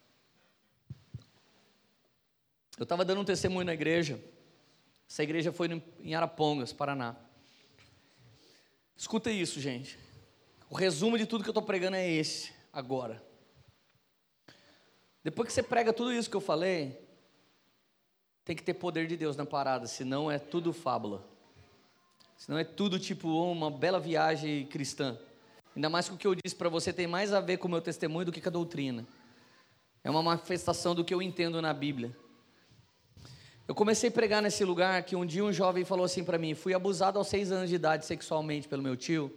Eu estava dando um testemunho na igreja. Essa igreja foi no, em Arapongas, Paraná. Escuta isso, gente. O resumo de tudo que eu estou pregando é esse, agora. Depois que você prega tudo isso que eu falei, tem que ter poder de Deus na parada, senão é tudo fábula. Senão é tudo tipo uma bela viagem cristã. Ainda mais que o que eu disse para você tem mais a ver com o meu testemunho do que com a doutrina. É uma manifestação do que eu entendo na Bíblia. Eu comecei a pregar nesse lugar que um dia um jovem falou assim para mim: fui abusado aos seis anos de idade sexualmente pelo meu tio.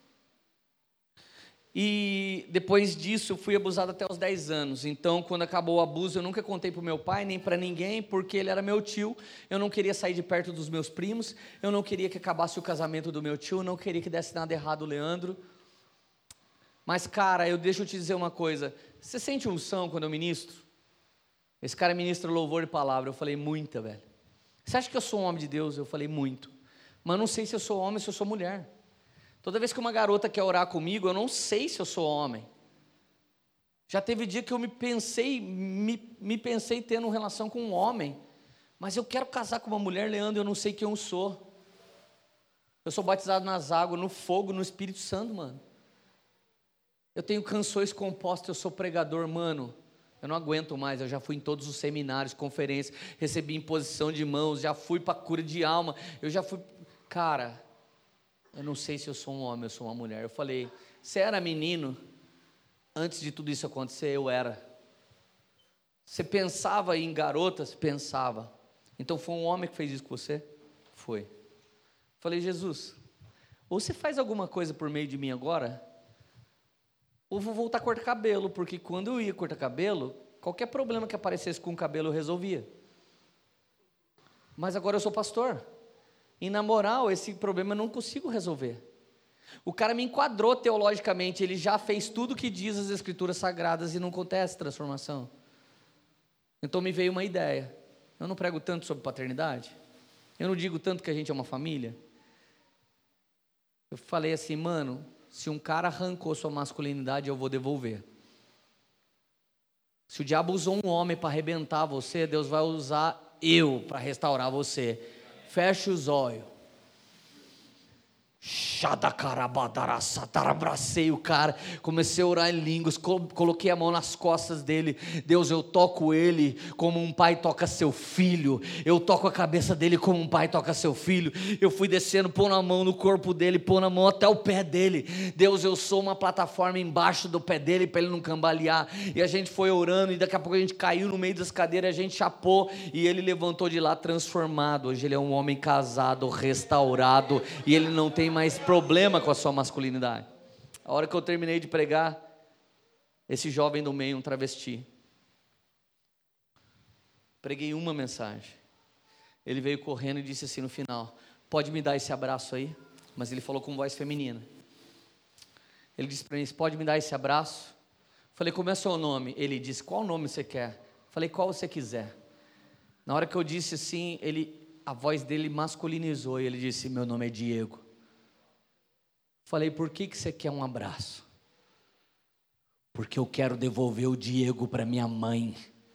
E depois disso eu fui abusado até os dez anos. Então quando acabou o abuso eu nunca contei para o meu pai nem para ninguém, porque ele era meu tio. Eu não queria sair de perto dos meus primos. Eu não queria que acabasse o casamento do meu tio. Eu não queria que desse nada errado o Leandro. Mas cara, eu deixo eu te dizer uma coisa. Você sente unção quando eu ministro? Esse cara ministra louvor e palavra. Eu falei, muita, velho. Você acha que eu sou um homem de Deus? Eu falei, muito. Mas não sei se eu sou homem ou se eu sou mulher. Toda vez que uma garota quer orar comigo, eu não sei se eu sou homem. Já teve dia que eu me pensei, me, me pensei tendo relação com um homem. Mas eu quero casar com uma mulher, Leandro, eu não sei quem eu sou. Eu sou batizado nas águas, no fogo, no Espírito Santo, mano. Eu tenho canções compostas, eu sou pregador, mano. Eu não aguento mais, eu já fui em todos os seminários, conferências, recebi imposição de mãos, já fui para cura de alma, eu já fui... Cara, eu não sei se eu sou um homem, eu sou uma mulher. Eu falei, você era menino? Antes de tudo isso acontecer, eu era. Você pensava em garotas? Pensava. Então foi um homem que fez isso com você? Foi. Eu falei, Jesus, ou você faz alguma coisa por meio de mim agora... ou vou voltar a cortar cabelo, porque quando eu ia cortar cabelo, qualquer problema que aparecesse com o cabelo eu resolvia. Mas agora eu sou pastor, e na moral, esse problema eu não consigo resolver. O cara me enquadrou teologicamente, ele já fez tudo o que diz as escrituras sagradas e não acontece transformação. Então me veio uma ideia. Eu não prego tanto sobre paternidade, eu não digo tanto que a gente é uma família. Eu falei assim, mano... se um cara arrancou sua masculinidade, eu vou devolver. Se o diabo usou um homem para arrebentar você, Deus vai usar eu para restaurar você. Feche os olhos. Abracei o cara, comecei a orar em línguas, coloquei a mão nas costas dele. Deus, eu toco ele como um pai toca seu filho, eu toco a cabeça dele como um pai toca seu filho. Eu fui descendo, pondo a mão no corpo dele, pondo a mão até o pé dele. Deus, eu sou uma plataforma embaixo do pé dele para ele não cambalear. E a gente foi orando, e daqui a pouco a gente caiu no meio das cadeiras, a gente chapou, e ele levantou de lá transformado. Hoje ele é um homem casado, restaurado, e ele não tem mais problema com a sua masculinidade. A hora que eu terminei de pregar, esse jovem do meio, um travesti, preguei uma mensagem, ele veio correndo e disse assim no final, pode me dar esse abraço aí? Mas ele falou com voz feminina. Ele disse para mim, pode me dar esse abraço? Falei, como é seu nome? Ele disse, qual nome você quer? Falei, qual você quiser. Na hora que eu disse assim, ele, a voz dele masculinizou, e ele disse, meu nome é Diego. Falei, por que, que você quer um abraço? Porque eu quero devolver o Diego para minha mãe.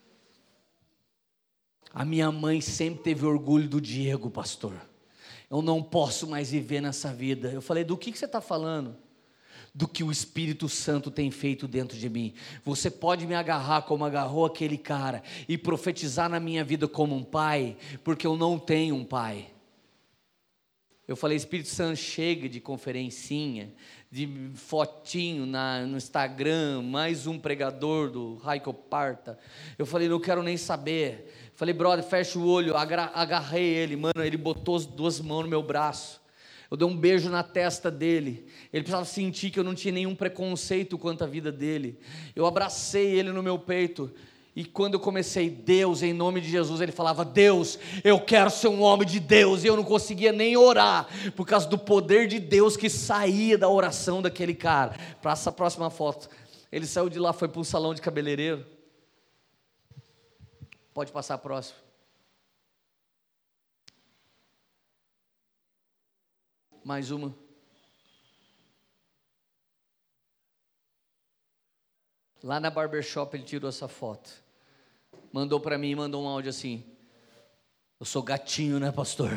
A minha mãe sempre teve orgulho do Diego, pastor. Eu não posso mais viver nessa vida. Eu falei, do que, que você está falando? Do que o Espírito Santo tem feito dentro de mim. Você pode me agarrar como agarrou aquele cara e profetizar na minha vida como um pai, porque eu não tenho um pai. Eu falei, Espírito Santo, chega de conferencinha, de fotinho na, no Instagram, mais um pregador do Raico Parta. Eu falei, não quero nem saber. Falei, brother, fecha o olho. Agra- agarrei ele, mano, ele botou as duas mãos no meu braço. Eu dei um beijo na testa dele. Ele precisava sentir que eu não tinha nenhum preconceito quanto à vida dele. Eu abracei ele no meu peito. E quando eu comecei, Deus, em nome de Jesus, ele falava, Deus, eu quero ser um homem de Deus. E eu não conseguia nem orar, por causa do poder de Deus que saía da oração daquele cara. Para essa próxima foto, ele saiu de lá, foi para um salão de cabeleireiro. Pode passar a próxima. Mais uma. Lá na barbershop ele tirou essa foto. Mandou para mim e mandou um áudio assim: eu sou gatinho, né, pastor?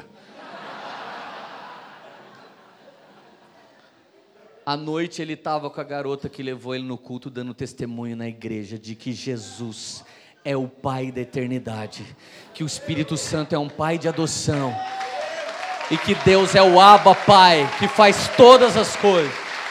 À noite ele estava com a garota que levou ele no culto, dando testemunho na igreja de que Jesus é o Pai da eternidade, que o Espírito Santo é um Pai de adoção, e que Deus é o Abba Pai, que faz todas as coisas.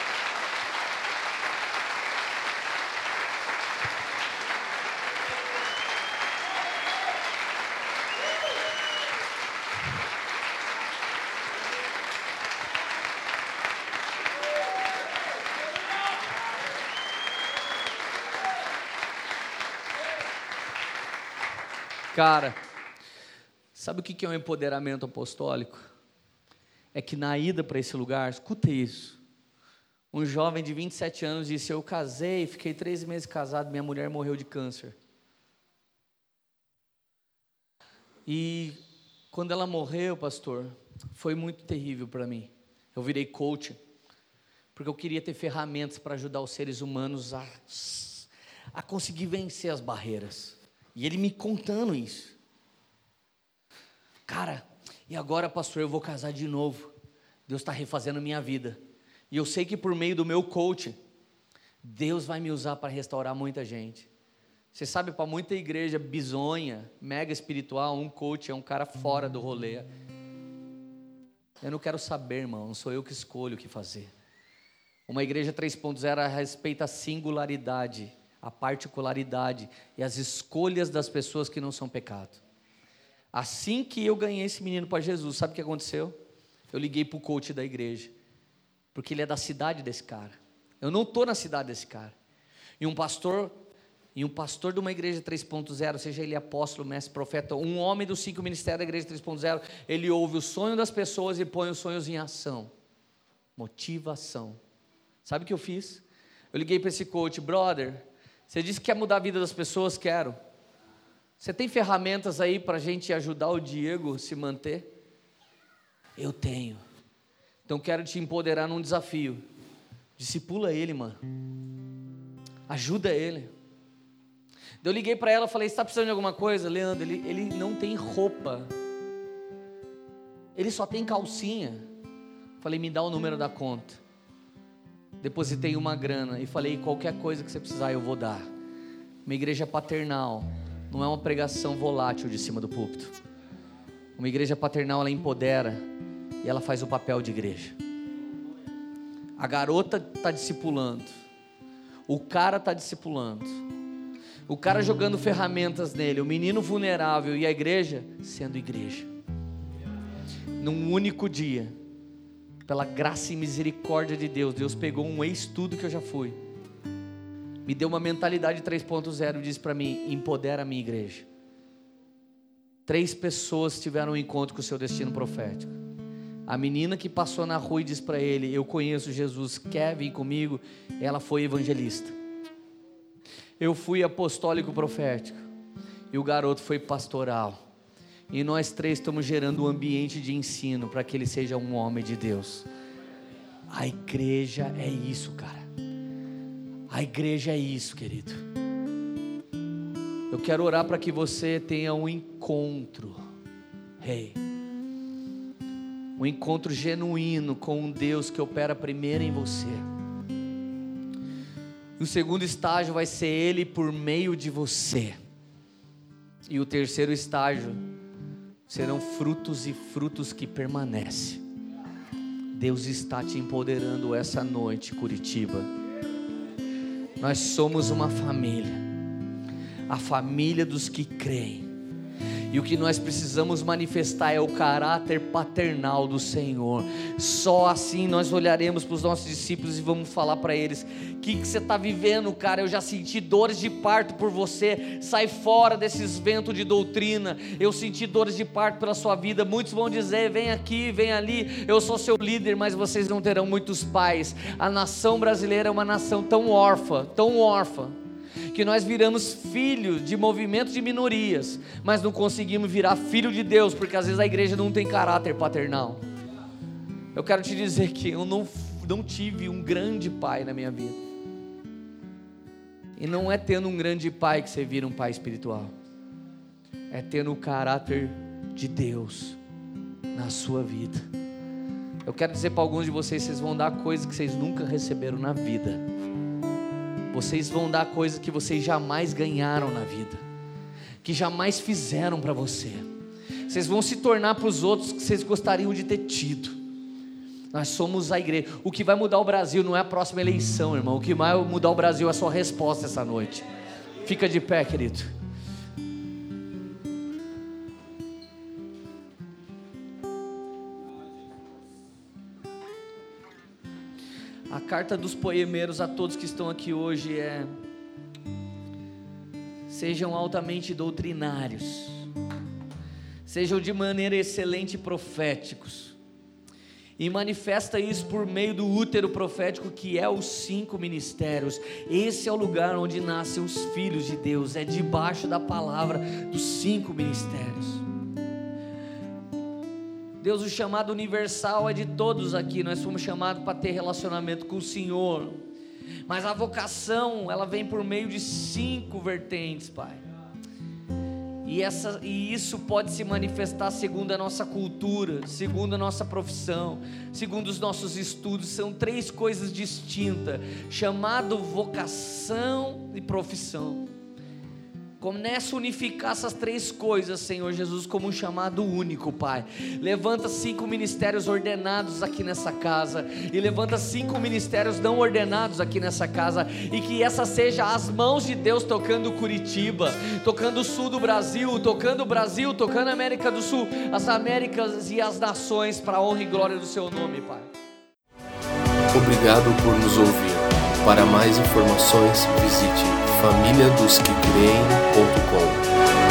Cara, sabe o que é um empoderamento apostólico? É que na ida para esse lugar, escuta isso, um jovem de vinte e sete anos disse: eu casei, fiquei três meses casado, minha mulher morreu de câncer. E quando ela morreu, pastor, foi muito terrível para mim. Eu virei coach, porque eu queria ter ferramentas para ajudar os seres humanos a, a conseguir vencer as barreiras. E ele me contando isso. Cara, e agora, pastor, eu vou casar de novo. Deus está refazendo a minha vida. E eu sei que por meio do meu coach, Deus vai me usar para restaurar muita gente. Você sabe, para muita igreja bizonha, mega espiritual, um coach é um cara fora do rolê. Eu não quero saber, irmão, não sou eu que escolho o que fazer. Uma igreja três ponto zero respeita a singularidade, a particularidade e as escolhas das pessoas que não são pecado. Assim que eu ganhei esse menino para Jesus, sabe o que aconteceu? Eu liguei para o coach da igreja, porque ele é da cidade desse cara. Eu não estou na cidade desse cara. E um pastor, e um pastor de uma igreja três ponto zero, seja ele apóstolo, mestre, profeta, um homem dos cinco ministérios da igreja três ponto zero, ele ouve o sonho das pessoas e põe os sonhos em ação. Motivação. Sabe o que eu fiz? Eu liguei para esse coach: brother, você disse que quer mudar a vida das pessoas? Quero. Você tem ferramentas aí para a gente ajudar o Diego a se manter? Eu tenho. Então quero te empoderar num desafio. Discipula ele, mano. Ajuda ele. Eu liguei para ela e falei: você está precisando de alguma coisa? Leandro, ele, ele não tem roupa. Ele só tem calcinha. Falei: me dá o número da conta. Depositei uma grana e falei: qualquer coisa que você precisar eu vou dar. Uma igreja paternal não é uma pregação volátil de cima do púlpito. Uma igreja paternal, ela empodera e ela faz o papel de igreja. A garota está discipulando, o cara está discipulando, o cara jogando ferramentas nele, o menino vulnerável, e a igreja sendo igreja. Num único dia, pela graça e misericórdia de Deus, Deus pegou um ex-tudo que eu já fui, me deu uma mentalidade três ponto zero e disse para mim: empodera a minha igreja. Três pessoas tiveram um encontro com o seu destino profético. A menina que passou na rua e disse para ele: eu conheço Jesus, quer vir comigo? Ela foi evangelista. Eu fui apostólico profético e o garoto foi pastoral. E nós três estamos gerando um ambiente de ensino para que ele seja um homem de Deus. A igreja é isso, cara. A igreja é isso, querido. Eu quero orar para que você tenha um encontro, rei, um encontro genuíno com um Deus que opera primeiro em você. E o segundo estágio vai ser Ele por meio de você. E o terceiro estágio serão frutos e frutos que permanecem. Deus está te empoderando essa noite, Curitiba. Nós somos uma família, a família dos que creem. E o que nós precisamos manifestar é o caráter paternal do Senhor. Só assim nós olharemos para os nossos discípulos e vamos falar para eles: o que, que você está vivendo, cara? Eu já senti dores de parto por você. Sai fora desses ventos de doutrina. Eu senti dores de parto pela sua vida. Muitos vão dizer: vem aqui, vem ali, eu sou seu líder, mas vocês não terão muitos pais. A nação brasileira é uma nação tão órfã, tão órfã, que nós viramos filhos de movimentos de minorias, mas não conseguimos virar filho de Deus, porque às vezes a igreja não tem caráter paternal. Eu quero te dizer que eu não, não tive um grande pai na minha vida. E não é tendo um grande pai que você vira um pai espiritual. É tendo o caráter de Deus na sua vida. Eu quero dizer para alguns de vocês, vocês vão dar coisas que vocês nunca receberam na vida. Vocês vão dar coisas que vocês jamais ganharam na vida, que jamais fizeram para você. Vocês vão se tornar para os outros que vocês gostariam de ter tido. Nós somos a igreja. O que vai mudar o Brasil não é a próxima eleição, irmão. O que vai mudar o Brasil é a sua resposta essa noite. Fica de pé, querido. A carta dos poemeiros a todos que estão aqui hoje é: sejam altamente doutrinários, sejam de maneira excelente proféticos, e manifesta isso por meio do útero profético, que é os cinco ministérios. Esse é o lugar onde nascem os filhos de Deus, é debaixo da palavra dos cinco ministérios. Deus, o chamado universal é de todos aqui. Nós fomos chamados para ter relacionamento com o Senhor, mas a vocação, ela vem por meio de cinco vertentes, Pai. E, essa, e isso pode se manifestar segundo a nossa cultura, segundo a nossa profissão, segundo os nossos estudos. São três coisas distintas: chamado, vocação e profissão. Começa a unificar essas três coisas, Senhor Jesus, como um chamado único, Pai. Levanta cinco ministérios ordenados aqui nessa casa, e levanta cinco ministérios não ordenados aqui nessa casa, e que essa seja as mãos de Deus tocando Curitiba, tocando o sul do Brasil, tocando o Brasil, tocando a América do Sul, as Américas e as nações, para a honra e glória do Seu nome, Pai. Obrigado por nos ouvir. Para mais informações, visite família dos que creem ponto com.